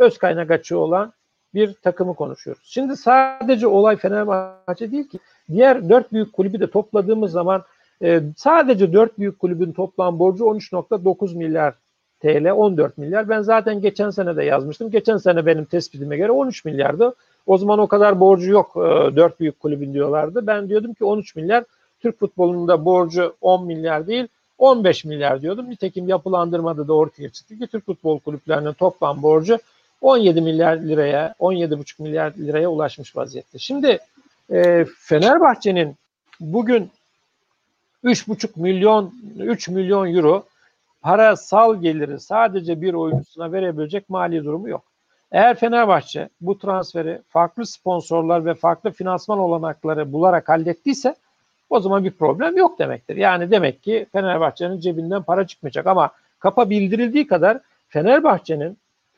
öz kaynak açığı olan bir takımı konuşuyoruz. Şimdi sadece olay Fenerbahçe değil ki. Diğer 4 büyük kulübü de topladığımız zaman sadece 4 büyük kulübün toplam borcu 13,9 milyar TL, 14 milyar. Ben zaten geçen sene de yazmıştım. Geçen sene benim tespitime göre 13 milyardı. O zaman o kadar borcu yok. 4 büyük kulübün diyorlardı. Ben diyordum ki 13 milyar. Türk futbolunda borcu 10 milyar değil 15 milyar diyordum. Nitekim yapılandırmada da ortaya çıktı ki Türk futbol kulüplerinin toplam borcu 17 milyar liraya, 17,5 milyar liraya ulaşmış vaziyette. Şimdi Fenerbahçe'nin bugün 3,5 milyon, 3 milyon euro parasal geliri sadece bir oyuncusuna verebilecek mali durumu yok. Eğer Fenerbahçe bu transferi farklı sponsorlar ve farklı finansman olanakları bularak hallettiyse o zaman bir problem yok demektir. Yani demek ki Fenerbahçe'nin cebinden para çıkmayacak ama kapa bildirildiği kadar Fenerbahçe'nin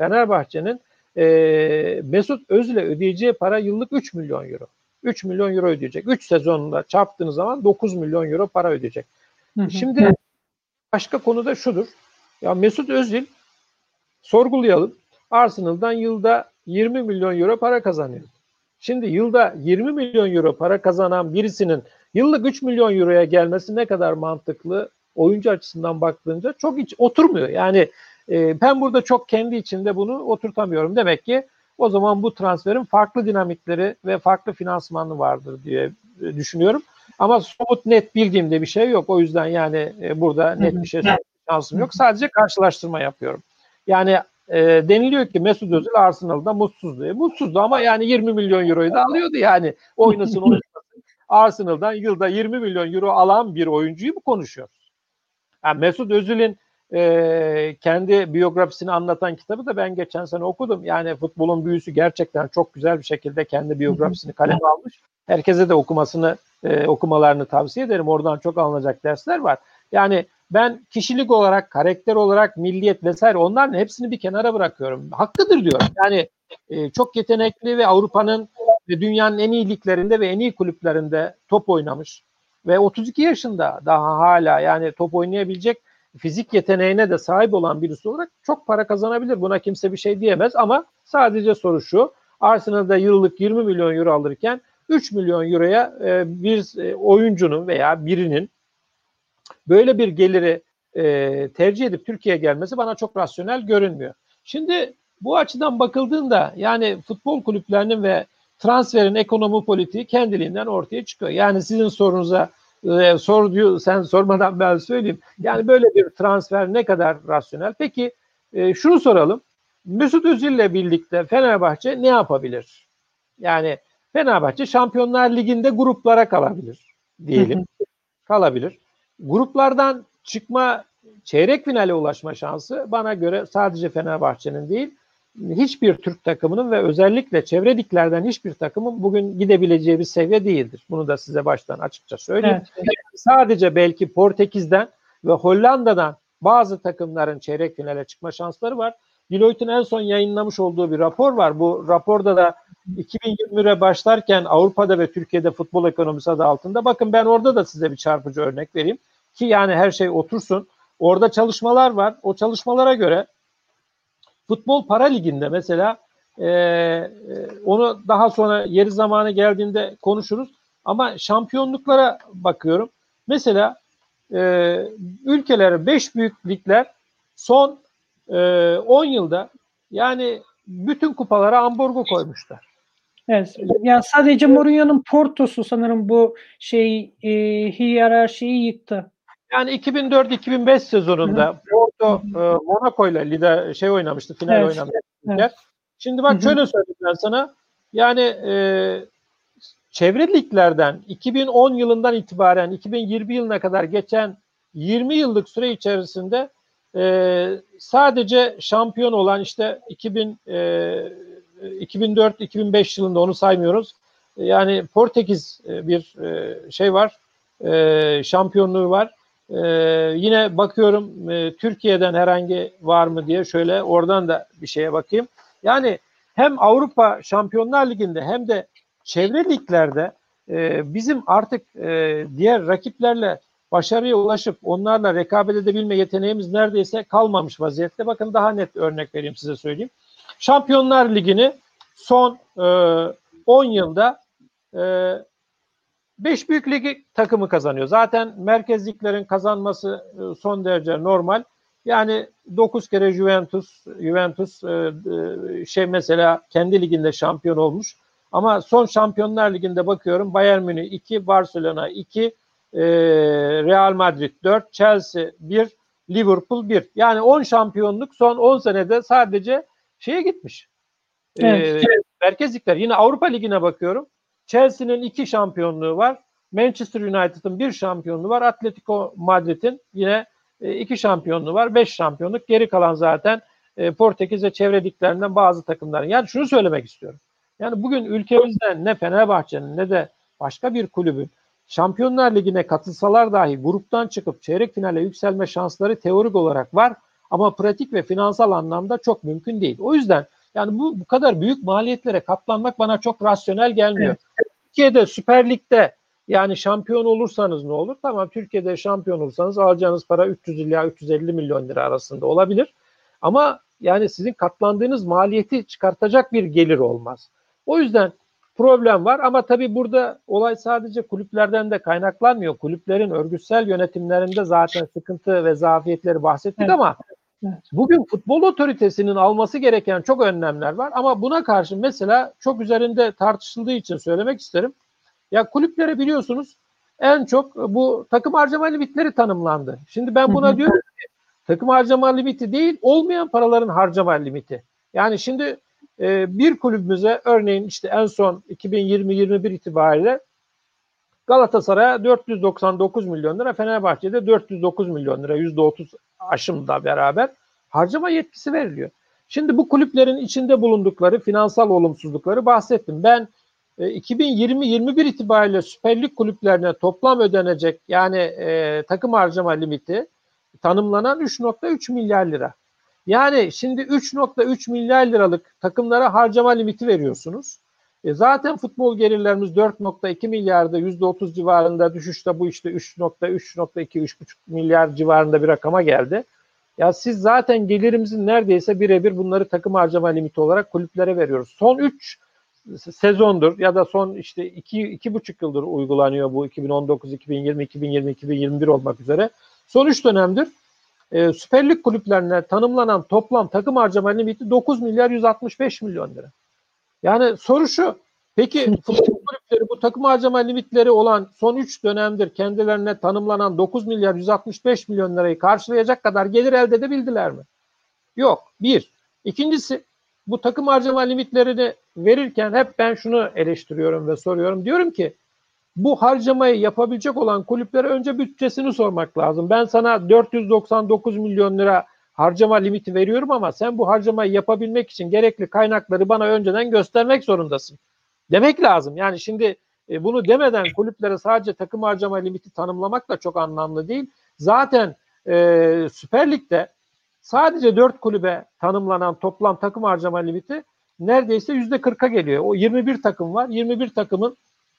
Mesut Özil'e ödeyeceği para yıllık 3 milyon euro. 3 milyon euro ödeyecek. 3 sezonunda çarptığınız zaman 9 milyon euro para ödeyecek. Şimdi başka konu da şudur. Ya Mesut Özil sorgulayalım. Arsenal'dan yılda 20 milyon euro para kazanıyor. Şimdi yılda 20 milyon euro para kazanan birisinin yıllık 3 milyon euroya gelmesi ne kadar mantıklı? Oyuncu açısından baktığınca çok hiç oturmuyor. Yani ben burada çok kendi içinde bunu oturtamıyorum. Demek ki o zaman bu transferin farklı dinamikleri ve farklı finansmanı vardır diye düşünüyorum. Ama somut net bildiğimde bir şey yok. O yüzden yani burada net bir şey söylemeye şansım yok. Sadece karşılaştırma yapıyorum. Yani deniliyor ki Mesut Özil Arsenal'da mutsuzdu. Mutsuzdu ama yani 20 milyon euroyu da alıyordu yani. Oynasın. Arsenal'dan yılda 20 milyon euro alan bir oyuncuyu mu konuşuyoruz? Yani Mesut Özil'in kendi biyografisini anlatan kitabı da ben geçen sene okudum. Yani futbolun büyüsü gerçekten çok güzel bir şekilde kendi biyografisini kaleme almış. Herkese de okumalarını tavsiye ederim. Oradan çok alınacak dersler var. Yani ben kişilik olarak, karakter olarak, milliyet vesaire onların hepsini bir kenara bırakıyorum. Hakkıdır diyorum. Yani çok yetenekli ve Avrupa'nın ve dünyanın en iyi liglerinde ve en iyi kulüplerinde top oynamış. Ve 32 yaşında daha hala yani top oynayabilecek fizik yeteneğine de sahip olan birisi olarak çok para kazanabilir. Buna kimse bir şey diyemez ama sadece soru şu. Arsenal'da yıllık 20 milyon euro alırken 3 milyon euroya bir oyuncunun veya birinin böyle bir geliri tercih edip Türkiye'ye gelmesi bana çok rasyonel görünmüyor. Şimdi bu açıdan bakıldığında yani futbol kulüplerinin ve transferin ekonomi politiği kendiliğinden ortaya çıkıyor. Yani sizin sorunuza sen sormadan ben söyleyeyim. Yani böyle bir transfer ne kadar rasyonel? Peki şunu soralım. Mesut Özil'le birlikte Fenerbahçe ne yapabilir? Yani Fenerbahçe Şampiyonlar Ligi'nde gruplara kalabilir diyelim. Kalabilir. Gruplardan çıkma, çeyrek finale ulaşma şansı bana göre sadece Fenerbahçe'nin değil, hiçbir Türk takımının ve özellikle çevre liglerden hiçbir takımın bugün gidebileceği bir seviye değildir. Bunu da size baştan açıkça söyleyeyim. Evet. Sadece belki Portekiz'den ve Hollanda'dan bazı takımların çeyrek finale çıkma şansları var. Deloitte'in en son yayınlamış olduğu bir rapor var. Bu raporda da 2020'ye başlarken Avrupa'da ve Türkiye'de futbol ekonomisi adı altında. Bakın ben orada da size bir çarpıcı örnek vereyim. Ki yani her şey otursun. Orada çalışmalar var. O çalışmalara göre Futbol Para Ligi'nde mesela onu daha sonra yeri zamanı geldiğinde konuşuruz. Ama şampiyonluklara bakıyorum. Mesela ülkelere 5 büyük ligler son 10 yılda yani bütün kupalara ambargo koymuşlar. Evet. Yani sadece Mourinho'nun Porto'su sanırım bu hiyerarşiyi yıktı. Yani 2004-2005 sezonunda Porto Monaco'yla oynamıştı, final oynamıştı. Evet. Şimdi bak şöyle söyleyeyim ben sana. Yani çevre liglerden 2010 yılından itibaren 2020 yılına kadar geçen 20 yıllık süre içerisinde sadece şampiyon olan işte 2004-2005 yılında onu saymıyoruz. Yani Portekiz bir var, şampiyonluğu var. Yine bakıyorum Türkiye'den herhangi var mı diye şöyle oradan da bir şeye bakayım. Yani hem Avrupa Şampiyonlar Ligi'nde hem de çevre liglerde bizim artık diğer rakiplerle başarıya ulaşıp onlarla rekabet edebilme yeteneğimiz neredeyse kalmamış vaziyette. Bakın daha net örnek vereyim size söyleyeyim. Şampiyonlar Ligi'ni son 10 yılda 5 büyük ligi takımı kazanıyor. Zaten merkez liglerin kazanması son derece normal. Yani 9 kere Juventus mesela kendi liginde şampiyon olmuş. Ama son Şampiyonlar Ligi'nde bakıyorum Bayern Münih 2, Barcelona 2, Real Madrid 4, Chelsea 1, Liverpool 1. Yani 10 şampiyonluk son 10 senede sadece şeye gitmiş. Evet. Merkez ligler. Yine Avrupa Ligi'ne bakıyorum. Chelsea'nin 2 şampiyonluğu var. Manchester United'ın 1 şampiyonluğu var. Atletico Madrid'in yine 2 şampiyonluğu var. 5 şampiyonluk. Geri kalan zaten Portekiz ve çevre liglerinden bazı takımların. Yani şunu söylemek istiyorum. Yani bugün ülkemizde ne Fenerbahçe'nin ne de başka bir kulübün Şampiyonlar Ligi'ne katılsalar dahi gruptan çıkıp çeyrek finale yükselme şansları teorik olarak var. Ama pratik ve finansal anlamda çok mümkün değil. O yüzden yani bu kadar büyük maliyetlere katlanmak bana çok rasyonel gelmiyor. Evet. Türkiye'de Süper Lig'de yani şampiyon olursanız ne olur? Tamam, Türkiye'de şampiyon olursanız alacağınız para 300 ila 350 milyon lira arasında olabilir. Ama yani sizin katlandığınız maliyeti çıkartacak bir gelir olmaz. O yüzden problem var ama tabii burada olay sadece kulüplerden de kaynaklanmıyor. Kulüplerin örgütsel yönetimlerinde zaten sıkıntı ve zafiyetleri bahsettik, evet, ama bugün futbol otoritesinin alması gereken çok önlemler var ama buna karşı mesela çok üzerinde tartışıldığı için söylemek isterim. Ya kulüplere biliyorsunuz en çok bu takım harcama limitleri tanımlandı. Şimdi ben buna diyorum ki takım harcama limiti değil, olmayan paraların harcama limiti. Yani şimdi bir kulübümüze örneğin işte en son 2020-21 itibariyle Galatasaray'a 499 milyon lira, Fenerbahçe'de 409 milyon lira, %30 aşımla beraber harcama yetkisi veriliyor. Şimdi bu kulüplerin içinde bulundukları finansal olumsuzlukları bahsettim. Ben 2020-21 itibariyle Süper Lig kulüplerine toplam ödenecek yani takım harcama limiti tanımlanan 3,3 milyar lira. Yani şimdi 3,3 milyar liralık takımlara harcama limiti veriyorsunuz. Zaten futbol gelirlerimiz 4,2 milyarda %30 civarında düşüşte, bu işte 3,2-3,5 milyar civarında bir rakama geldi. Ya siz zaten gelirimizin neredeyse birebir bunları takım harcama limiti olarak kulüplere veriyoruz. Son 3 sezondur ya da son işte 2,5 yıldır uygulanıyor bu 2019, 2020, 2020, 2021 olmak üzere. Son 3 dönemdir Süper Lig kulüplerine tanımlanan toplam takım harcama limiti 9 milyar 165 milyon lira. Yani soru şu, peki futbol kulüpleri bu takım harcama limitleri olan son 3 dönemdir kendilerine tanımlanan 9 milyar 165 milyon lirayı karşılayacak kadar gelir elde edebildiler mi? Yok. Bir. İkincisi, bu takım harcama limitlerini verirken hep ben şunu eleştiriyorum ve soruyorum. Diyorum ki bu harcamayı yapabilecek olan kulüplere önce bütçesini sormak lazım. Ben sana 499 milyon lira harcama limiti veriyorum ama sen bu harcamayı yapabilmek için gerekli kaynakları bana önceden göstermek zorundasın demek lazım. Yani şimdi bunu demeden kulüplere sadece takım harcama limiti tanımlamak da çok anlamlı değil. Zaten Süper Lig'de sadece 4 kulübe tanımlanan toplam takım harcama limiti neredeyse %40'a geliyor. O 21 takım var. 21 takımın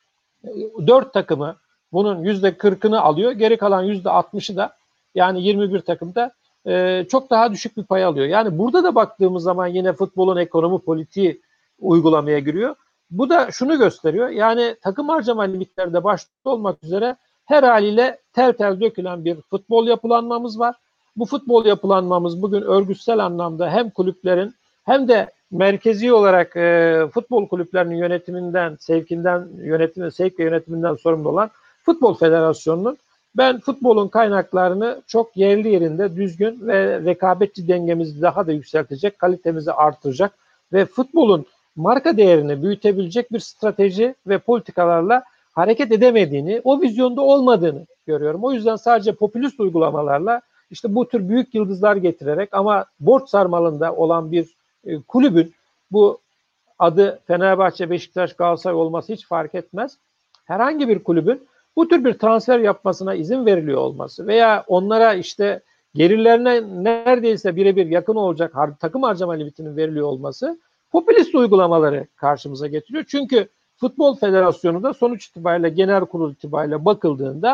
4 takımı bunun %40'ını alıyor. Geri kalan %60'ı da yani 21 takımda çok daha düşük bir pay alıyor. Yani burada da baktığımız zaman yine futbolun ekonomi politiği uygulamaya giriyor. Bu da şunu gösteriyor. Yani takım harcama limitlerde başta olmak üzere her haliyle tel tel dökülen bir futbol yapılanmamız var. Bu futbol yapılanmamız bugün örgütsel anlamda hem kulüplerin hem de merkezi olarak futbol kulüplerinin yönetiminden, sevk ve yönetiminden sorumlu olan Futbol Federasyonu'nun ben futbolun kaynaklarını çok yerli yerinde düzgün ve rekabetçi dengemizi daha da yükseltecek, kalitemizi artıracak ve futbolun marka değerini büyütebilecek bir strateji ve politikalarla hareket edemediğini, o vizyonda olmadığını görüyorum. O yüzden sadece popülist uygulamalarla işte bu tür büyük yıldızlar getirerek ama borç sarmalında olan bir kulübün, bu adı Fenerbahçe, Beşiktaş, Galatasaray olması hiç fark etmez, herhangi bir kulübün bu tür bir transfer yapmasına izin veriliyor olması veya onlara işte gelirlerine neredeyse birebir yakın olacak takım harcama limitinin veriliyor olması popülist uygulamaları karşımıza getiriyor. Çünkü Futbol Federasyonu da sonuç itibariyle genel kurul itibariyle bakıldığında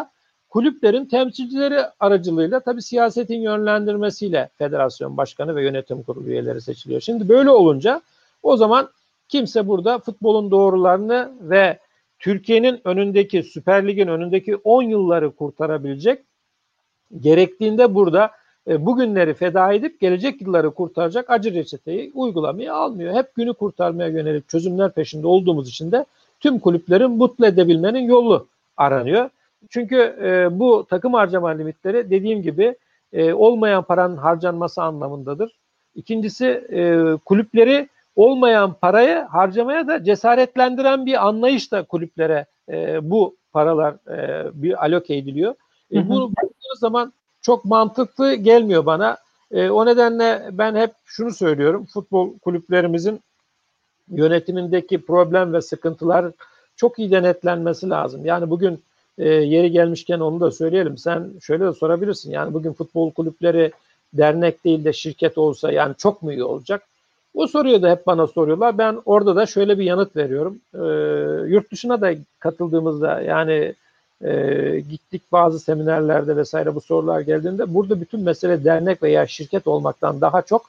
kulüplerin temsilcileri aracılığıyla tabii siyasetin yönlendirmesiyle federasyon başkanı ve yönetim kurulu üyeleri seçiliyor. Şimdi böyle olunca o zaman kimse burada futbolun doğrularını ve Türkiye'nin önündeki, Süper Lig'in önündeki 10 yılları kurtarabilecek, gerektiğinde burada bugünleri feda edip gelecek yılları kurtaracak acı reçeteyi uygulamaya almıyor. Hep günü kurtarmaya yönelik çözümler peşinde olduğumuz için de tüm kulüplerin mutlu edebilmenin yolu aranıyor. Çünkü bu takım harcama limitleri dediğim gibi olmayan paranın harcanması anlamındadır. İkincisi kulüpleri olmayan parayı harcamaya da cesaretlendiren bir anlayış da kulüplere bu paralar bir aloke ediliyor. Bu baktığınız zaman çok mantıklı gelmiyor bana. O nedenle ben hep şunu söylüyorum. Futbol kulüplerimizin yönetimindeki problem ve sıkıntılar çok iyi denetlenmesi lazım. Yani bugün yeri gelmişken onu da söyleyelim. Sen şöyle de sorabilirsin. Yani bugün futbol kulüpleri dernek değil de şirket olsa yani çok mu iyi olacak? O soruyu da hep bana soruyorlar. Ben orada da şöyle bir yanıt veriyorum. Yurt dışına da katıldığımızda yani gittik bazı seminerlerde vesaire bu sorular geldiğinde burada bütün mesele dernek veya şirket olmaktan daha çok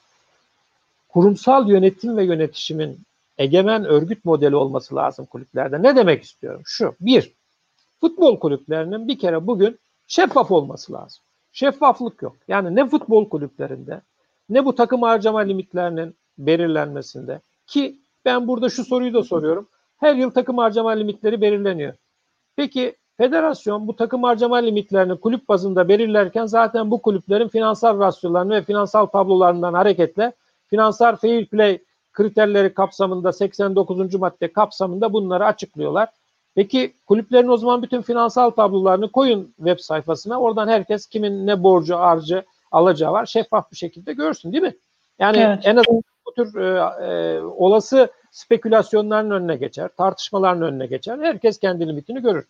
kurumsal yönetim ve yönetişimin egemen örgüt modeli olması lazım kulüplerde. Ne demek istiyorum? Şu, bir, futbol kulüplerinin bir kere bugün şeffaf olması lazım. Şeffaflık yok. Yani ne futbol kulüplerinde ne bu takım harcama limitlerinin belirlenmesinde ki ben burada şu soruyu da soruyorum. Her yıl takım harcama limitleri belirleniyor. Peki federasyon bu takım harcama limitlerini kulüp bazında belirlerken zaten bu kulüplerin finansal rasyolarını ve finansal tablolarından hareketle finansal fair play kriterleri kapsamında 89. madde kapsamında bunları açıklıyorlar. Peki kulüplerin o zaman bütün finansal tablolarını koyun web sayfasına. Oradan herkes kimin ne borcu, harcı, alacağı var şeffaf bir şekilde görsün değil mi? Yani evet. En azından bu tür olası spekülasyonların önüne geçer, tartışmaların önüne geçer. Herkes kendi limitini görür.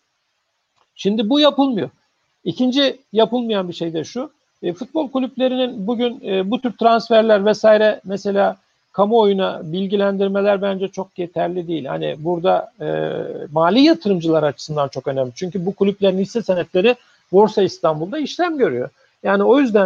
Şimdi bu yapılmıyor. İkinci yapılmayan bir şey de şu. Futbol kulüplerinin bugün bu tür transferler vesaire mesela kamuoyuna bilgilendirmeler bence çok yeterli değil. Hani burada mali yatırımcılar açısından çok önemli. Çünkü bu kulüplerin hisse senetleri Borsa İstanbul'da işlem görüyor. Yani o yüzden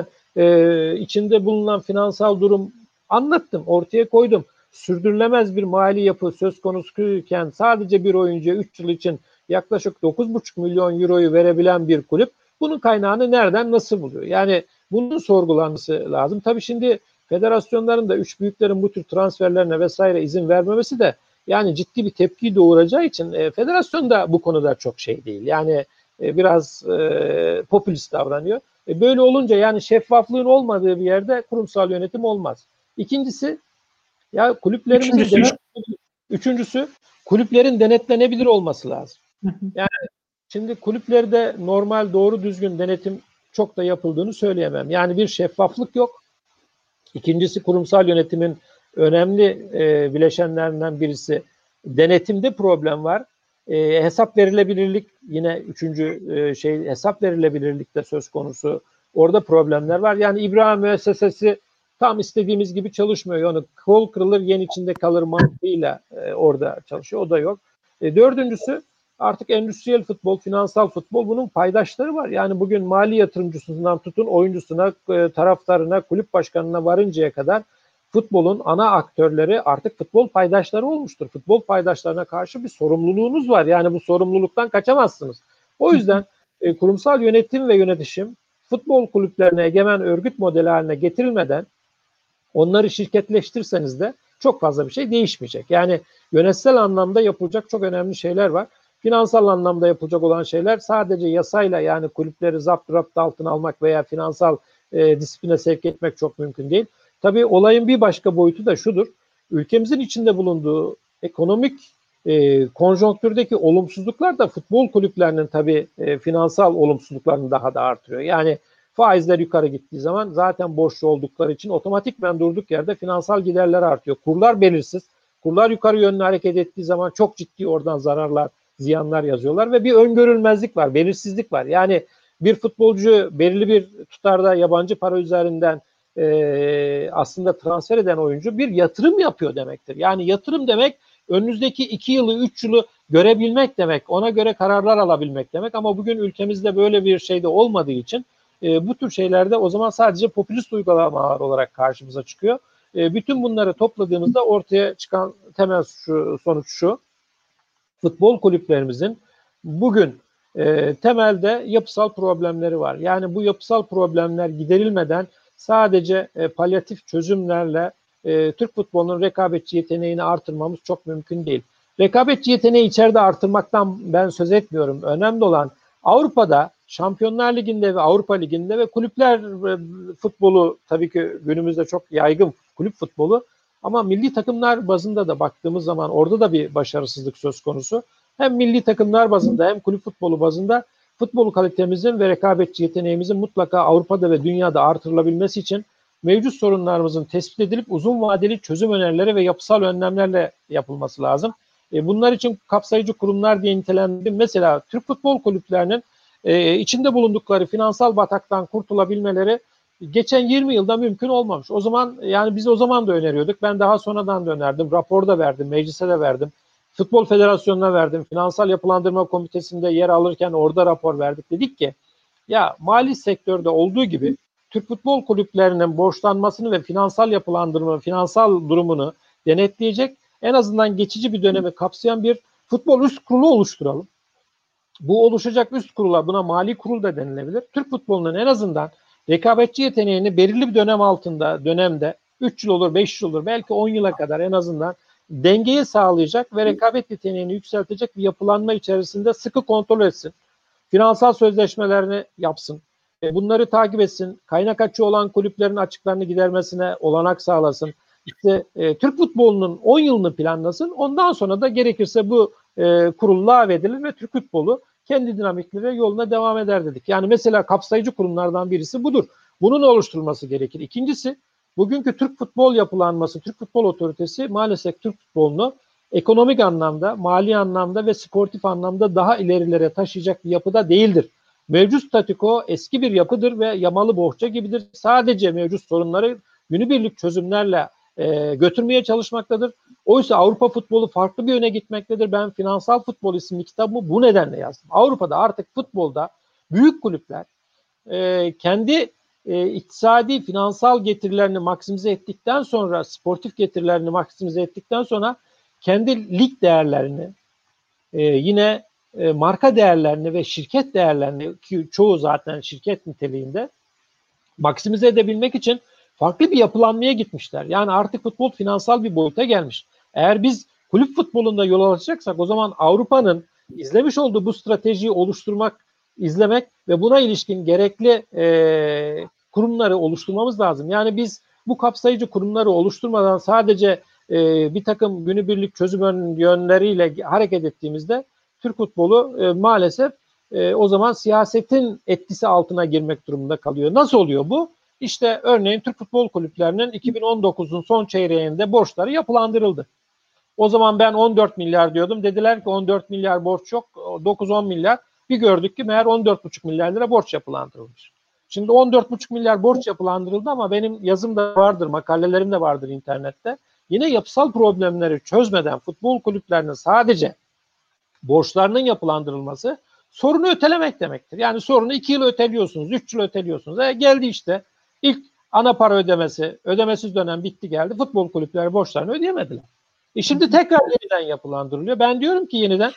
içinde bulunan finansal durum anlattım, ortaya koydum. Sürdürülemez bir mali yapı söz konusuyken sadece bir oyuncuya 3 yıl için yaklaşık 9,5 milyon euroyu verebilen bir kulüp bunun kaynağını nereden nasıl buluyor? Yani bunun sorgulanması lazım. Tabii şimdi federasyonların da üç büyüklerin bu tür transferlerine vesaire izin vermemesi de yani ciddi bir tepki doğuracağı için federasyon da bu konuda çok şey değil. Yani biraz popülist davranıyor. Böyle olunca yani şeffaflığın olmadığı bir yerde kurumsal yönetim olmaz. İkincisi ya kulüplerimizin üçüncüsü kulüplerin denetlenebilir olması lazım. Yani şimdi kulüplerde normal doğru düzgün denetim çok da yapıldığını söyleyemem. Yani bir şeffaflık yok. İkincisi kurumsal yönetimin önemli bileşenlerinden birisi denetimde problem var. Hesap verilebilirlik yine üçüncü hesap verilebilirlik de söz konusu. Orada problemler var. Yani İbrahim müessesesi tam istediğimiz gibi çalışmıyor. Yani kol kırılır yen içinde kalır mantığıyla orada çalışıyor. O da yok. Dördüncüsü artık endüstriyel futbol, finansal futbol bunun paydaşları var. Yani bugün mali yatırımcısından tutun oyuncusuna, taraftarına, kulüp başkanına varıncaya kadar futbolun ana aktörleri artık futbol paydaşları olmuştur. Futbol paydaşlarına karşı bir sorumluluğunuz var. Yani bu sorumluluktan kaçamazsınız. O yüzden kurumsal yönetim ve yönetişim futbol kulüplerine egemen örgüt modeli haline getirilmeden onları şirketleştirseniz de çok fazla bir şey değişmeyecek. Yani yönetsel anlamda yapılacak çok önemli şeyler var. Finansal anlamda yapılacak olan şeyler sadece yasayla yani kulüpleri zapt altına almak veya finansal disipline sevk etmek çok mümkün değil. Tabii olayın bir başka boyutu da şudur. Ülkemizin içinde bulunduğu ekonomik konjonktürdeki olumsuzluklar da futbol kulüplerinin tabii finansal olumsuzluklarını daha da artırıyor. Yani faizler yukarı gittiği zaman zaten borçlu oldukları için otomatikman durduk yerde finansal giderler artıyor. Kurlar belirsiz. Kurlar yukarı yönlü hareket ettiği zaman çok ciddi oradan zararlar, ziyanlar yazıyorlar ve bir öngörülmezlik var, belirsizlik var. Yani bir futbolcu belirli bir tutarda yabancı para üzerinden aslında transfer eden oyuncu bir yatırım yapıyor demektir. Yani yatırım demek önünüzdeki 2 yılı, 3 yılı görebilmek demek, ona göre kararlar alabilmek demek. Ama bugün ülkemizde böyle bir şey de olmadığı için bu tür şeylerde o zaman sadece popülist uygulamalar olarak karşımıza çıkıyor. Bütün bunları topladığımızda ortaya çıkan temel sonuç şu: futbol kulüplerimizin bugün temelde yapısal problemleri var. Yani bu yapısal problemler giderilmeden sadece palyatif çözümlerle Türk futbolunun rekabetçi yeteneğini artırmamız çok mümkün değil. Rekabetçi yeteneği içeride artırmaktan ben söz etmiyorum. Önemli olan Avrupa'da, Şampiyonlar Ligi'nde ve Avrupa Ligi'nde ve kulüpler futbolu, tabii ki günümüzde çok yaygın kulüp futbolu, ama milli takımlar bazında da baktığımız zaman orada da bir başarısızlık söz konusu. Hem milli takımlar bazında hem kulüp futbolu bazında futbol kalitemizin ve rekabetçi yeteneğimizin mutlaka Avrupa'da ve dünyada artırılabilmesi için mevcut sorunlarımızın tespit edilip uzun vadeli çözüm önerileri ve yapısal önlemlerle yapılması lazım. Bunlar için kapsayıcı kurumlar diye nitelendirdim. Mesela Türk futbol kulüplerinin içinde bulundukları finansal bataktan kurtulabilmeleri geçen 20 yılda mümkün olmamış. O zaman, yani biz o zaman da öneriyorduk. Ben daha sonradan da önerdim. Raporda verdim, meclise de verdim. Futbol Federasyonu'na verdim. Finansal Yapılandırma Komitesi'nde yer alırken orada rapor verdik. Dedik ki ya, mali sektörde olduğu gibi Türk futbol kulüplerinin borçlanmasını ve finansal yapılandırma, finansal durumunu denetleyecek, en azından geçici bir dönemi kapsayan bir futbol üst kurulu oluşturalım. Bu oluşacak üst kurula, buna mali kurul da denilebilir, Türk futbolunun en azından rekabetçi yeteneğini belirli bir dönem dönemde 3 yıl olur, 5 yıl olur, belki 10 yıla kadar en azından dengeyi sağlayacak ve rekabet yeteneğini yükseltecek bir yapılanma içerisinde sıkı kontrol etsin. Finansal sözleşmelerini yapsın. Bunları takip etsin. Kaynak açığı olan kulüplerin açıklarını gidermesine olanak sağlasın. İşte Türk futbolunun 10 yılını planlasın. Ondan sonra da gerekirse bu kurul lağvedilir ve Türk futbolu kendi dinamikleri yoluna devam eder dedik. Yani mesela kapsayıcı kurumlardan birisi budur. Bunun oluşturulması gerekir. İkincisi, bugünkü Türk futbol yapılanması, Türk Futbol Otoritesi maalesef Türk futbolunu ekonomik anlamda, mali anlamda ve sportif anlamda daha ilerilere taşıyacak bir yapıda değildir. Mevcut statüko eski bir yapıdır ve yamalı bohça gibidir. Sadece mevcut sorunları günübirlik çözümlerle götürmeye çalışmaktadır. Oysa Avrupa futbolu farklı bir yöne gitmektedir. Ben Finansal Futbol isimli kitabımı bu nedenle yazdım. Avrupa'da artık futbolda büyük kulüpler kendi iktisadi, finansal getirilerini maksimize ettikten sonra, sportif getirilerini maksimize ettikten sonra kendi lig değerlerini, yine marka değerlerini ve şirket değerlerini, ki çoğu zaten şirket niteliğinde, maksimize edebilmek için farklı bir yapılanmaya gitmişler. Yani artık futbol finansal bir boyuta gelmiş. Eğer biz kulüp futbolunda yol alacaksak o zaman Avrupa'nın izlemiş olduğu bu stratejiyi oluşturmak, izlemek ve buna ilişkin gerekli kurumları oluşturmamız lazım. Yani biz bu kapsayıcı kurumları oluşturmadan sadece bir takım günübirlik çözüm yönleriyle hareket ettiğimizde Türk futbolu maalesef o zaman siyasetin etkisi altına girmek durumunda kalıyor. Nasıl oluyor bu? İşte örneğin Türk futbol kulüplerinin 2019'un son çeyreğinde borçları yapılandırıldı. O zaman ben 14 milyar diyordum. Dediler ki 14 milyar borç yok, 9-10 milyar. Bir gördük ki meğer 14,5 milyar lira borç yapılandırılmış. Şimdi 14,5 milyar borç yapılandırıldı ama benim yazım da vardır, makalelerim de vardır internette. Yine yapısal problemleri çözmeden futbol kulüplerinin sadece borçlarının yapılandırılması sorunu ötelemek demektir. Yani sorunu 2 yıl öteliyorsunuz, 3 yıl öteliyorsunuz. Geldi işte ilk ana para ödemesi, ödemesiz dönem bitti geldi. Futbol kulüpleri borçlarını ödeyemediler. Şimdi tekrar yeniden yapılandırılıyor. Ben diyorum ki yeniden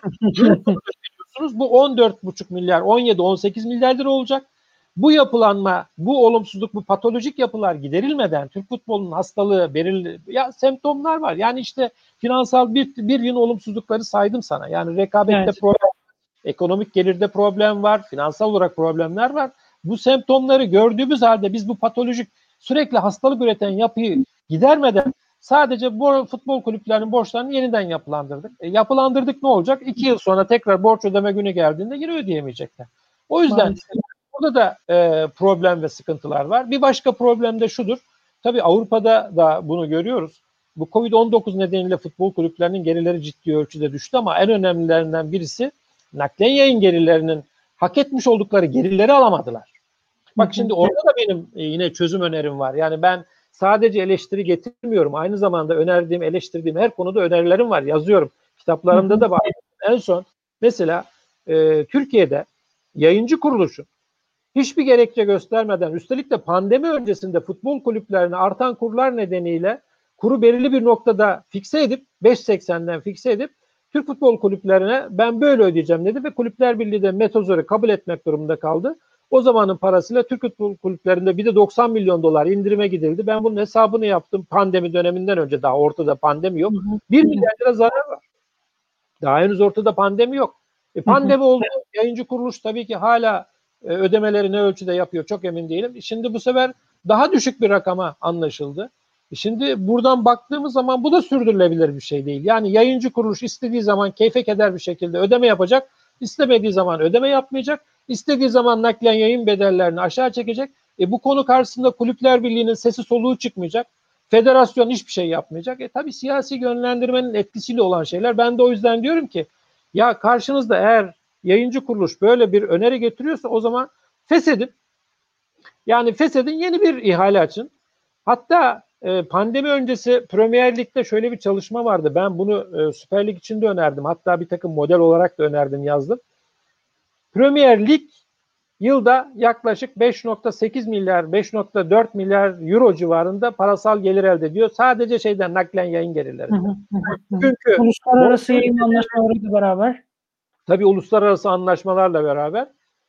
bu 14,5 milyar, 17-18 milyar lira olacak. Bu yapılanma, bu olumsuzluk, bu patolojik yapılar giderilmeden Türk futbolunun hastalığı, ya semptomlar var. Yani işte finansal bir yıl olumsuzlukları saydım sana. Yani rekabette problem, ekonomik gelirde problem var, finansal olarak problemler var. Bu semptomları gördüğümüz halde biz bu patolojik, sürekli hastalık üreten yapıyı gidermeden sadece bu futbol kulüplerinin borçlarını yeniden yapılandırdık. Yapılandırdık, ne olacak? 2 yıl sonra tekrar borç ödeme günü geldiğinde yine ödeyemeyecekler. O yüzden burada da problem ve sıkıntılar var. Bir başka problem de şudur. Tabii Avrupa'da da bunu görüyoruz. Bu Covid-19 nedeniyle futbol kulüplerinin gelirleri ciddi ölçüde düştü ama en önemlilerinden birisi naklen yayın gelirlerinin hak etmiş oldukları gelirleri alamadılar. Bak şimdi orada da benim yine çözüm önerim var. Yani ben sadece eleştiri getirmiyorum. Aynı zamanda önerdiğim, eleştirdiğim her konuda önerilerim var. Yazıyorum. Kitaplarımda da var. En son mesela Türkiye'de yayıncı kuruluşun hiçbir gerekçe göstermeden, üstelik de pandemi öncesinde futbol kulüplerine artan kurlar nedeniyle kuru belirli bir noktada fikse edip 5.80'den fikse edip Türk futbol kulüplerine ben böyle ödeyeceğim dedi ve Kulüpler Birliği de Metozor'u kabul etmek durumunda kaldı. O zamanın parasıyla Türk futbol kulüplerinde bir de 90 milyon dolar indirime gidildi. Ben bunun hesabını yaptım pandemi döneminden önce, daha ortada pandemi yok. 1 milyar lira zarar var. Daha henüz ortada pandemi yok. Pandemi oldu. Yayıncı kuruluş tabii ki hala ödemeleri ne ölçüde yapıyor çok emin değilim. Şimdi bu sefer daha düşük bir rakama anlaşıldı. Şimdi buradan baktığımız zaman bu da sürdürülebilir bir şey değil. Yani yayıncı kuruluş istediği zaman keyfe keder bir şekilde ödeme yapacak. İstemediği zaman ödeme yapmayacak. İstediği zaman naklen yayın bedellerini aşağı çekecek. Bu konu karşısında Kulüpler Birliği'nin sesi soluğu çıkmayacak. Federasyon hiçbir şey yapmayacak. Tabii siyasi yönlendirmenin etkisiyle olan şeyler. Ben de o yüzden diyorum ki ya karşınızda eğer yayıncı kuruluş böyle bir öneri getiriyorsa o zaman feshedin. Yani feshedin, yeni bir ihale açın. Hatta pandemi öncesi Premier Lig'de şöyle bir çalışma vardı. Ben bunu Süper Lig için de önerdim. Hatta bir takım model olarak da önerdim, yazdım. Premier Lig yılda yaklaşık 5.8 milyar, 5.4 milyar euro civarında parasal gelir elde ediyor. Sadece şeyden, naklen yayın gelirlerinden. Çünkü uluslararası yayın anlaşmalarıyla beraber. Tabii uluslararası anlaşmalarla beraber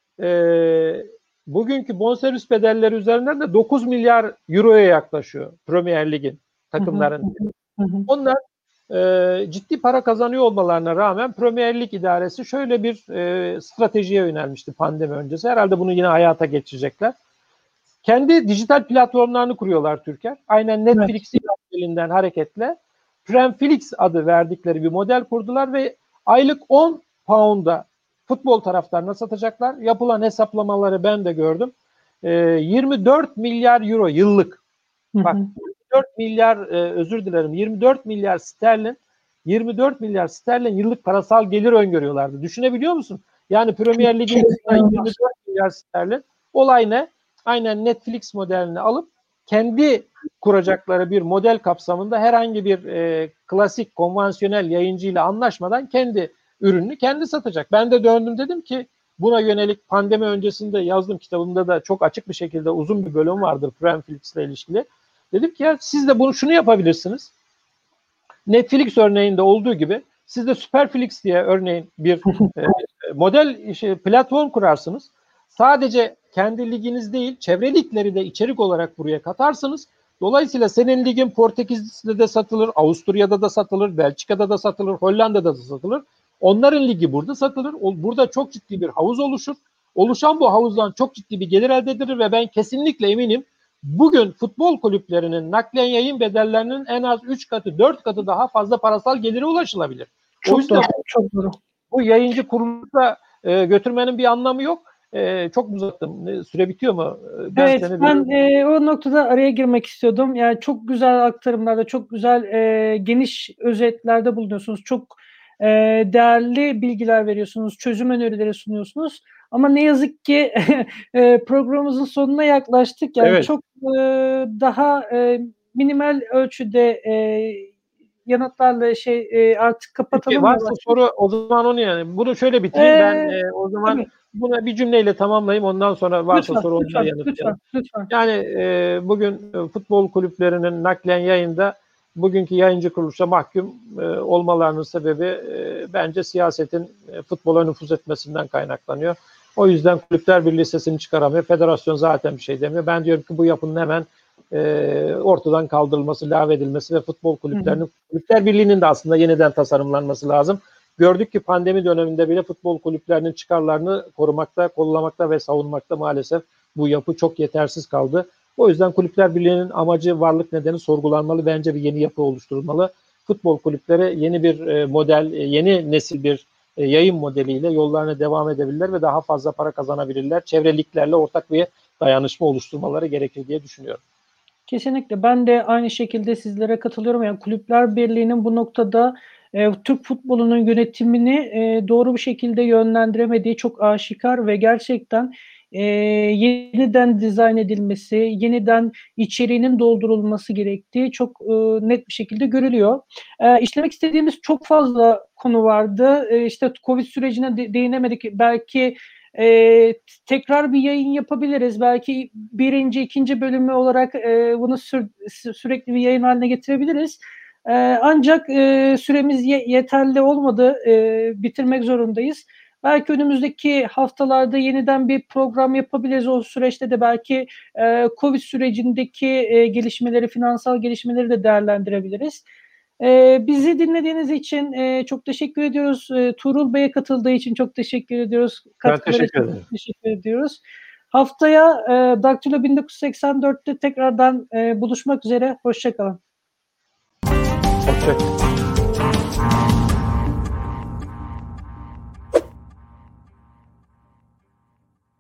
bugünkü bonservis bedelleri üzerinden de 9 milyar euroya yaklaşıyor Premier Lig'in takımların. Onlar ciddi para kazanıyor olmalarına rağmen Premier Lig idaresi şöyle bir stratejiye yönelmişti pandemi öncesi. Herhalde bunu yine hayata geçirecekler. Kendi dijital platformlarını kuruyorlar Türker. Aynen Netflix'in elinden hareketle Premflix adı verdikleri bir model kurdular ve aylık 10 pound'a futbol taraftarına satacaklar. Yapılan hesaplamaları ben de gördüm. 24 milyar euro yıllık. Bak 24 milyar özür dilerim 24 milyar sterlin 24 milyar sterlin yıllık parasal gelir öngörüyorlardı. Düşünebiliyor musun? Yani Premier Lig'in 24 milyar sterlin. Olay ne? Aynen Netflix modelini alıp kendi kuracakları bir model kapsamında herhangi bir klasik konvansiyonel yayıncıyla anlaşmadan kendi ürününü kendi satacak. Ben de döndüm, dedim ki buna yönelik pandemi öncesinde yazdığım kitabımda da çok açık bir şekilde uzun bir bölüm vardır Premflix ile ilgili. Dedim ki ya siz de bunu şunu yapabilirsiniz. Netflix örneğinde olduğu gibi siz de Superflix diye örneğin bir model platform kurarsınız. Sadece kendi liginiz değil, çevre ligleri de içerik olarak buraya katarsınız. Dolayısıyla senin ligin Portekiz'de de satılır, Avusturya'da da satılır, Belçika'da da satılır, Hollanda'da da satılır. Onların ligi burada satılır. Burada çok ciddi bir havuz oluşur. Oluşan bu havuzdan çok ciddi bir gelir elde edilir ve ben kesinlikle eminim bugün futbol kulüplerinin naklen yayın bedellerinin en az 3 katı, 4 katı daha fazla parasal gelire ulaşılabilir. Çok o yüzden doğru, çok doğru. Bu yayıncı kuruluşa götürmenin bir anlamı yok. Çok uzattım. Süre bitiyor mu? Ben o noktada araya girmek istiyordum. Yani çok güzel aktarımlarda, çok güzel geniş özetlerde bulunuyorsunuz. Çok değerli bilgiler veriyorsunuz, çözüm önerileri sunuyorsunuz. Ama ne yazık ki programımızın sonuna yaklaştık. Yani çok daha minimal ölçüde yanıtlarla artık kapatalım. Varsa soru o zaman onu, yani bunu şöyle bitireyim. Ben o zaman tabii. Buna bir cümleyle tamamlayayım. Ondan sonra varsa soru onları yanıtlayalım. Lütfen. Yani bugün futbol kulüplerinin naklen yayında bugünkü yayıncı kuruluşa mahkum olmalarının sebebi bence siyasetin futbola nüfuz etmesinden kaynaklanıyor. O yüzden Kulüpler Birliği sesini çıkaramıyor. Federasyon zaten bir şey demiyor. Ben diyorum ki bu yapının hemen ortadan kaldırılması, lağvedilmesi ve futbol kulüplerinin, Kulüpler Birliği'nin de aslında yeniden tasarımlanması lazım. Gördük ki pandemi döneminde bile futbol kulüplerinin çıkarlarını korumakta, kollamakta ve savunmakta maalesef bu yapı çok yetersiz kaldı. O yüzden Kulüpler Birliği'nin amacı, varlık nedeni sorgulanmalı. Bence bir yeni yapı oluşturulmalı. Futbol kulüpleri yeni bir model, yeni nesil bir yayın modeliyle yollarına devam edebilirler ve daha fazla para kazanabilirler. Çevre liglerle ortak bir dayanışma oluşturmaları gerekir diye düşünüyorum. Kesinlikle. Ben de aynı şekilde sizlere katılıyorum. Yani Kulüpler Birliği'nin bu noktada Türk futbolunun yönetimini doğru bir şekilde yönlendiremediği çok aşikar ve gerçekten yeniden dizayn edilmesi, yeniden içeriğinin doldurulması gerektiği çok net bir şekilde görülüyor. İşlemek istediğimiz çok fazla konu vardı. İşte Covid sürecine değinemedik. Belki tekrar bir yayın yapabiliriz. Belki birinci, ikinci bölümü olarak bunu sürekli bir yayın haline getirebiliriz. Ancak süremiz yeterli olmadı. Bitirmek zorundayız. Belki önümüzdeki haftalarda yeniden bir program yapabiliriz. O süreçte de belki Covid sürecindeki gelişmeleri, finansal gelişmeleri de değerlendirebiliriz. Bizi dinlediğiniz için çok teşekkür ediyoruz. Tuğrul Bey'e katıldığı için çok teşekkür ediyoruz. Ben Katkıları teşekkür için ederim. çok teşekkür ediyoruz. Haftaya Daktilo 1984'te tekrardan buluşmak üzere. Hoşça kalın. Hoşça kalın.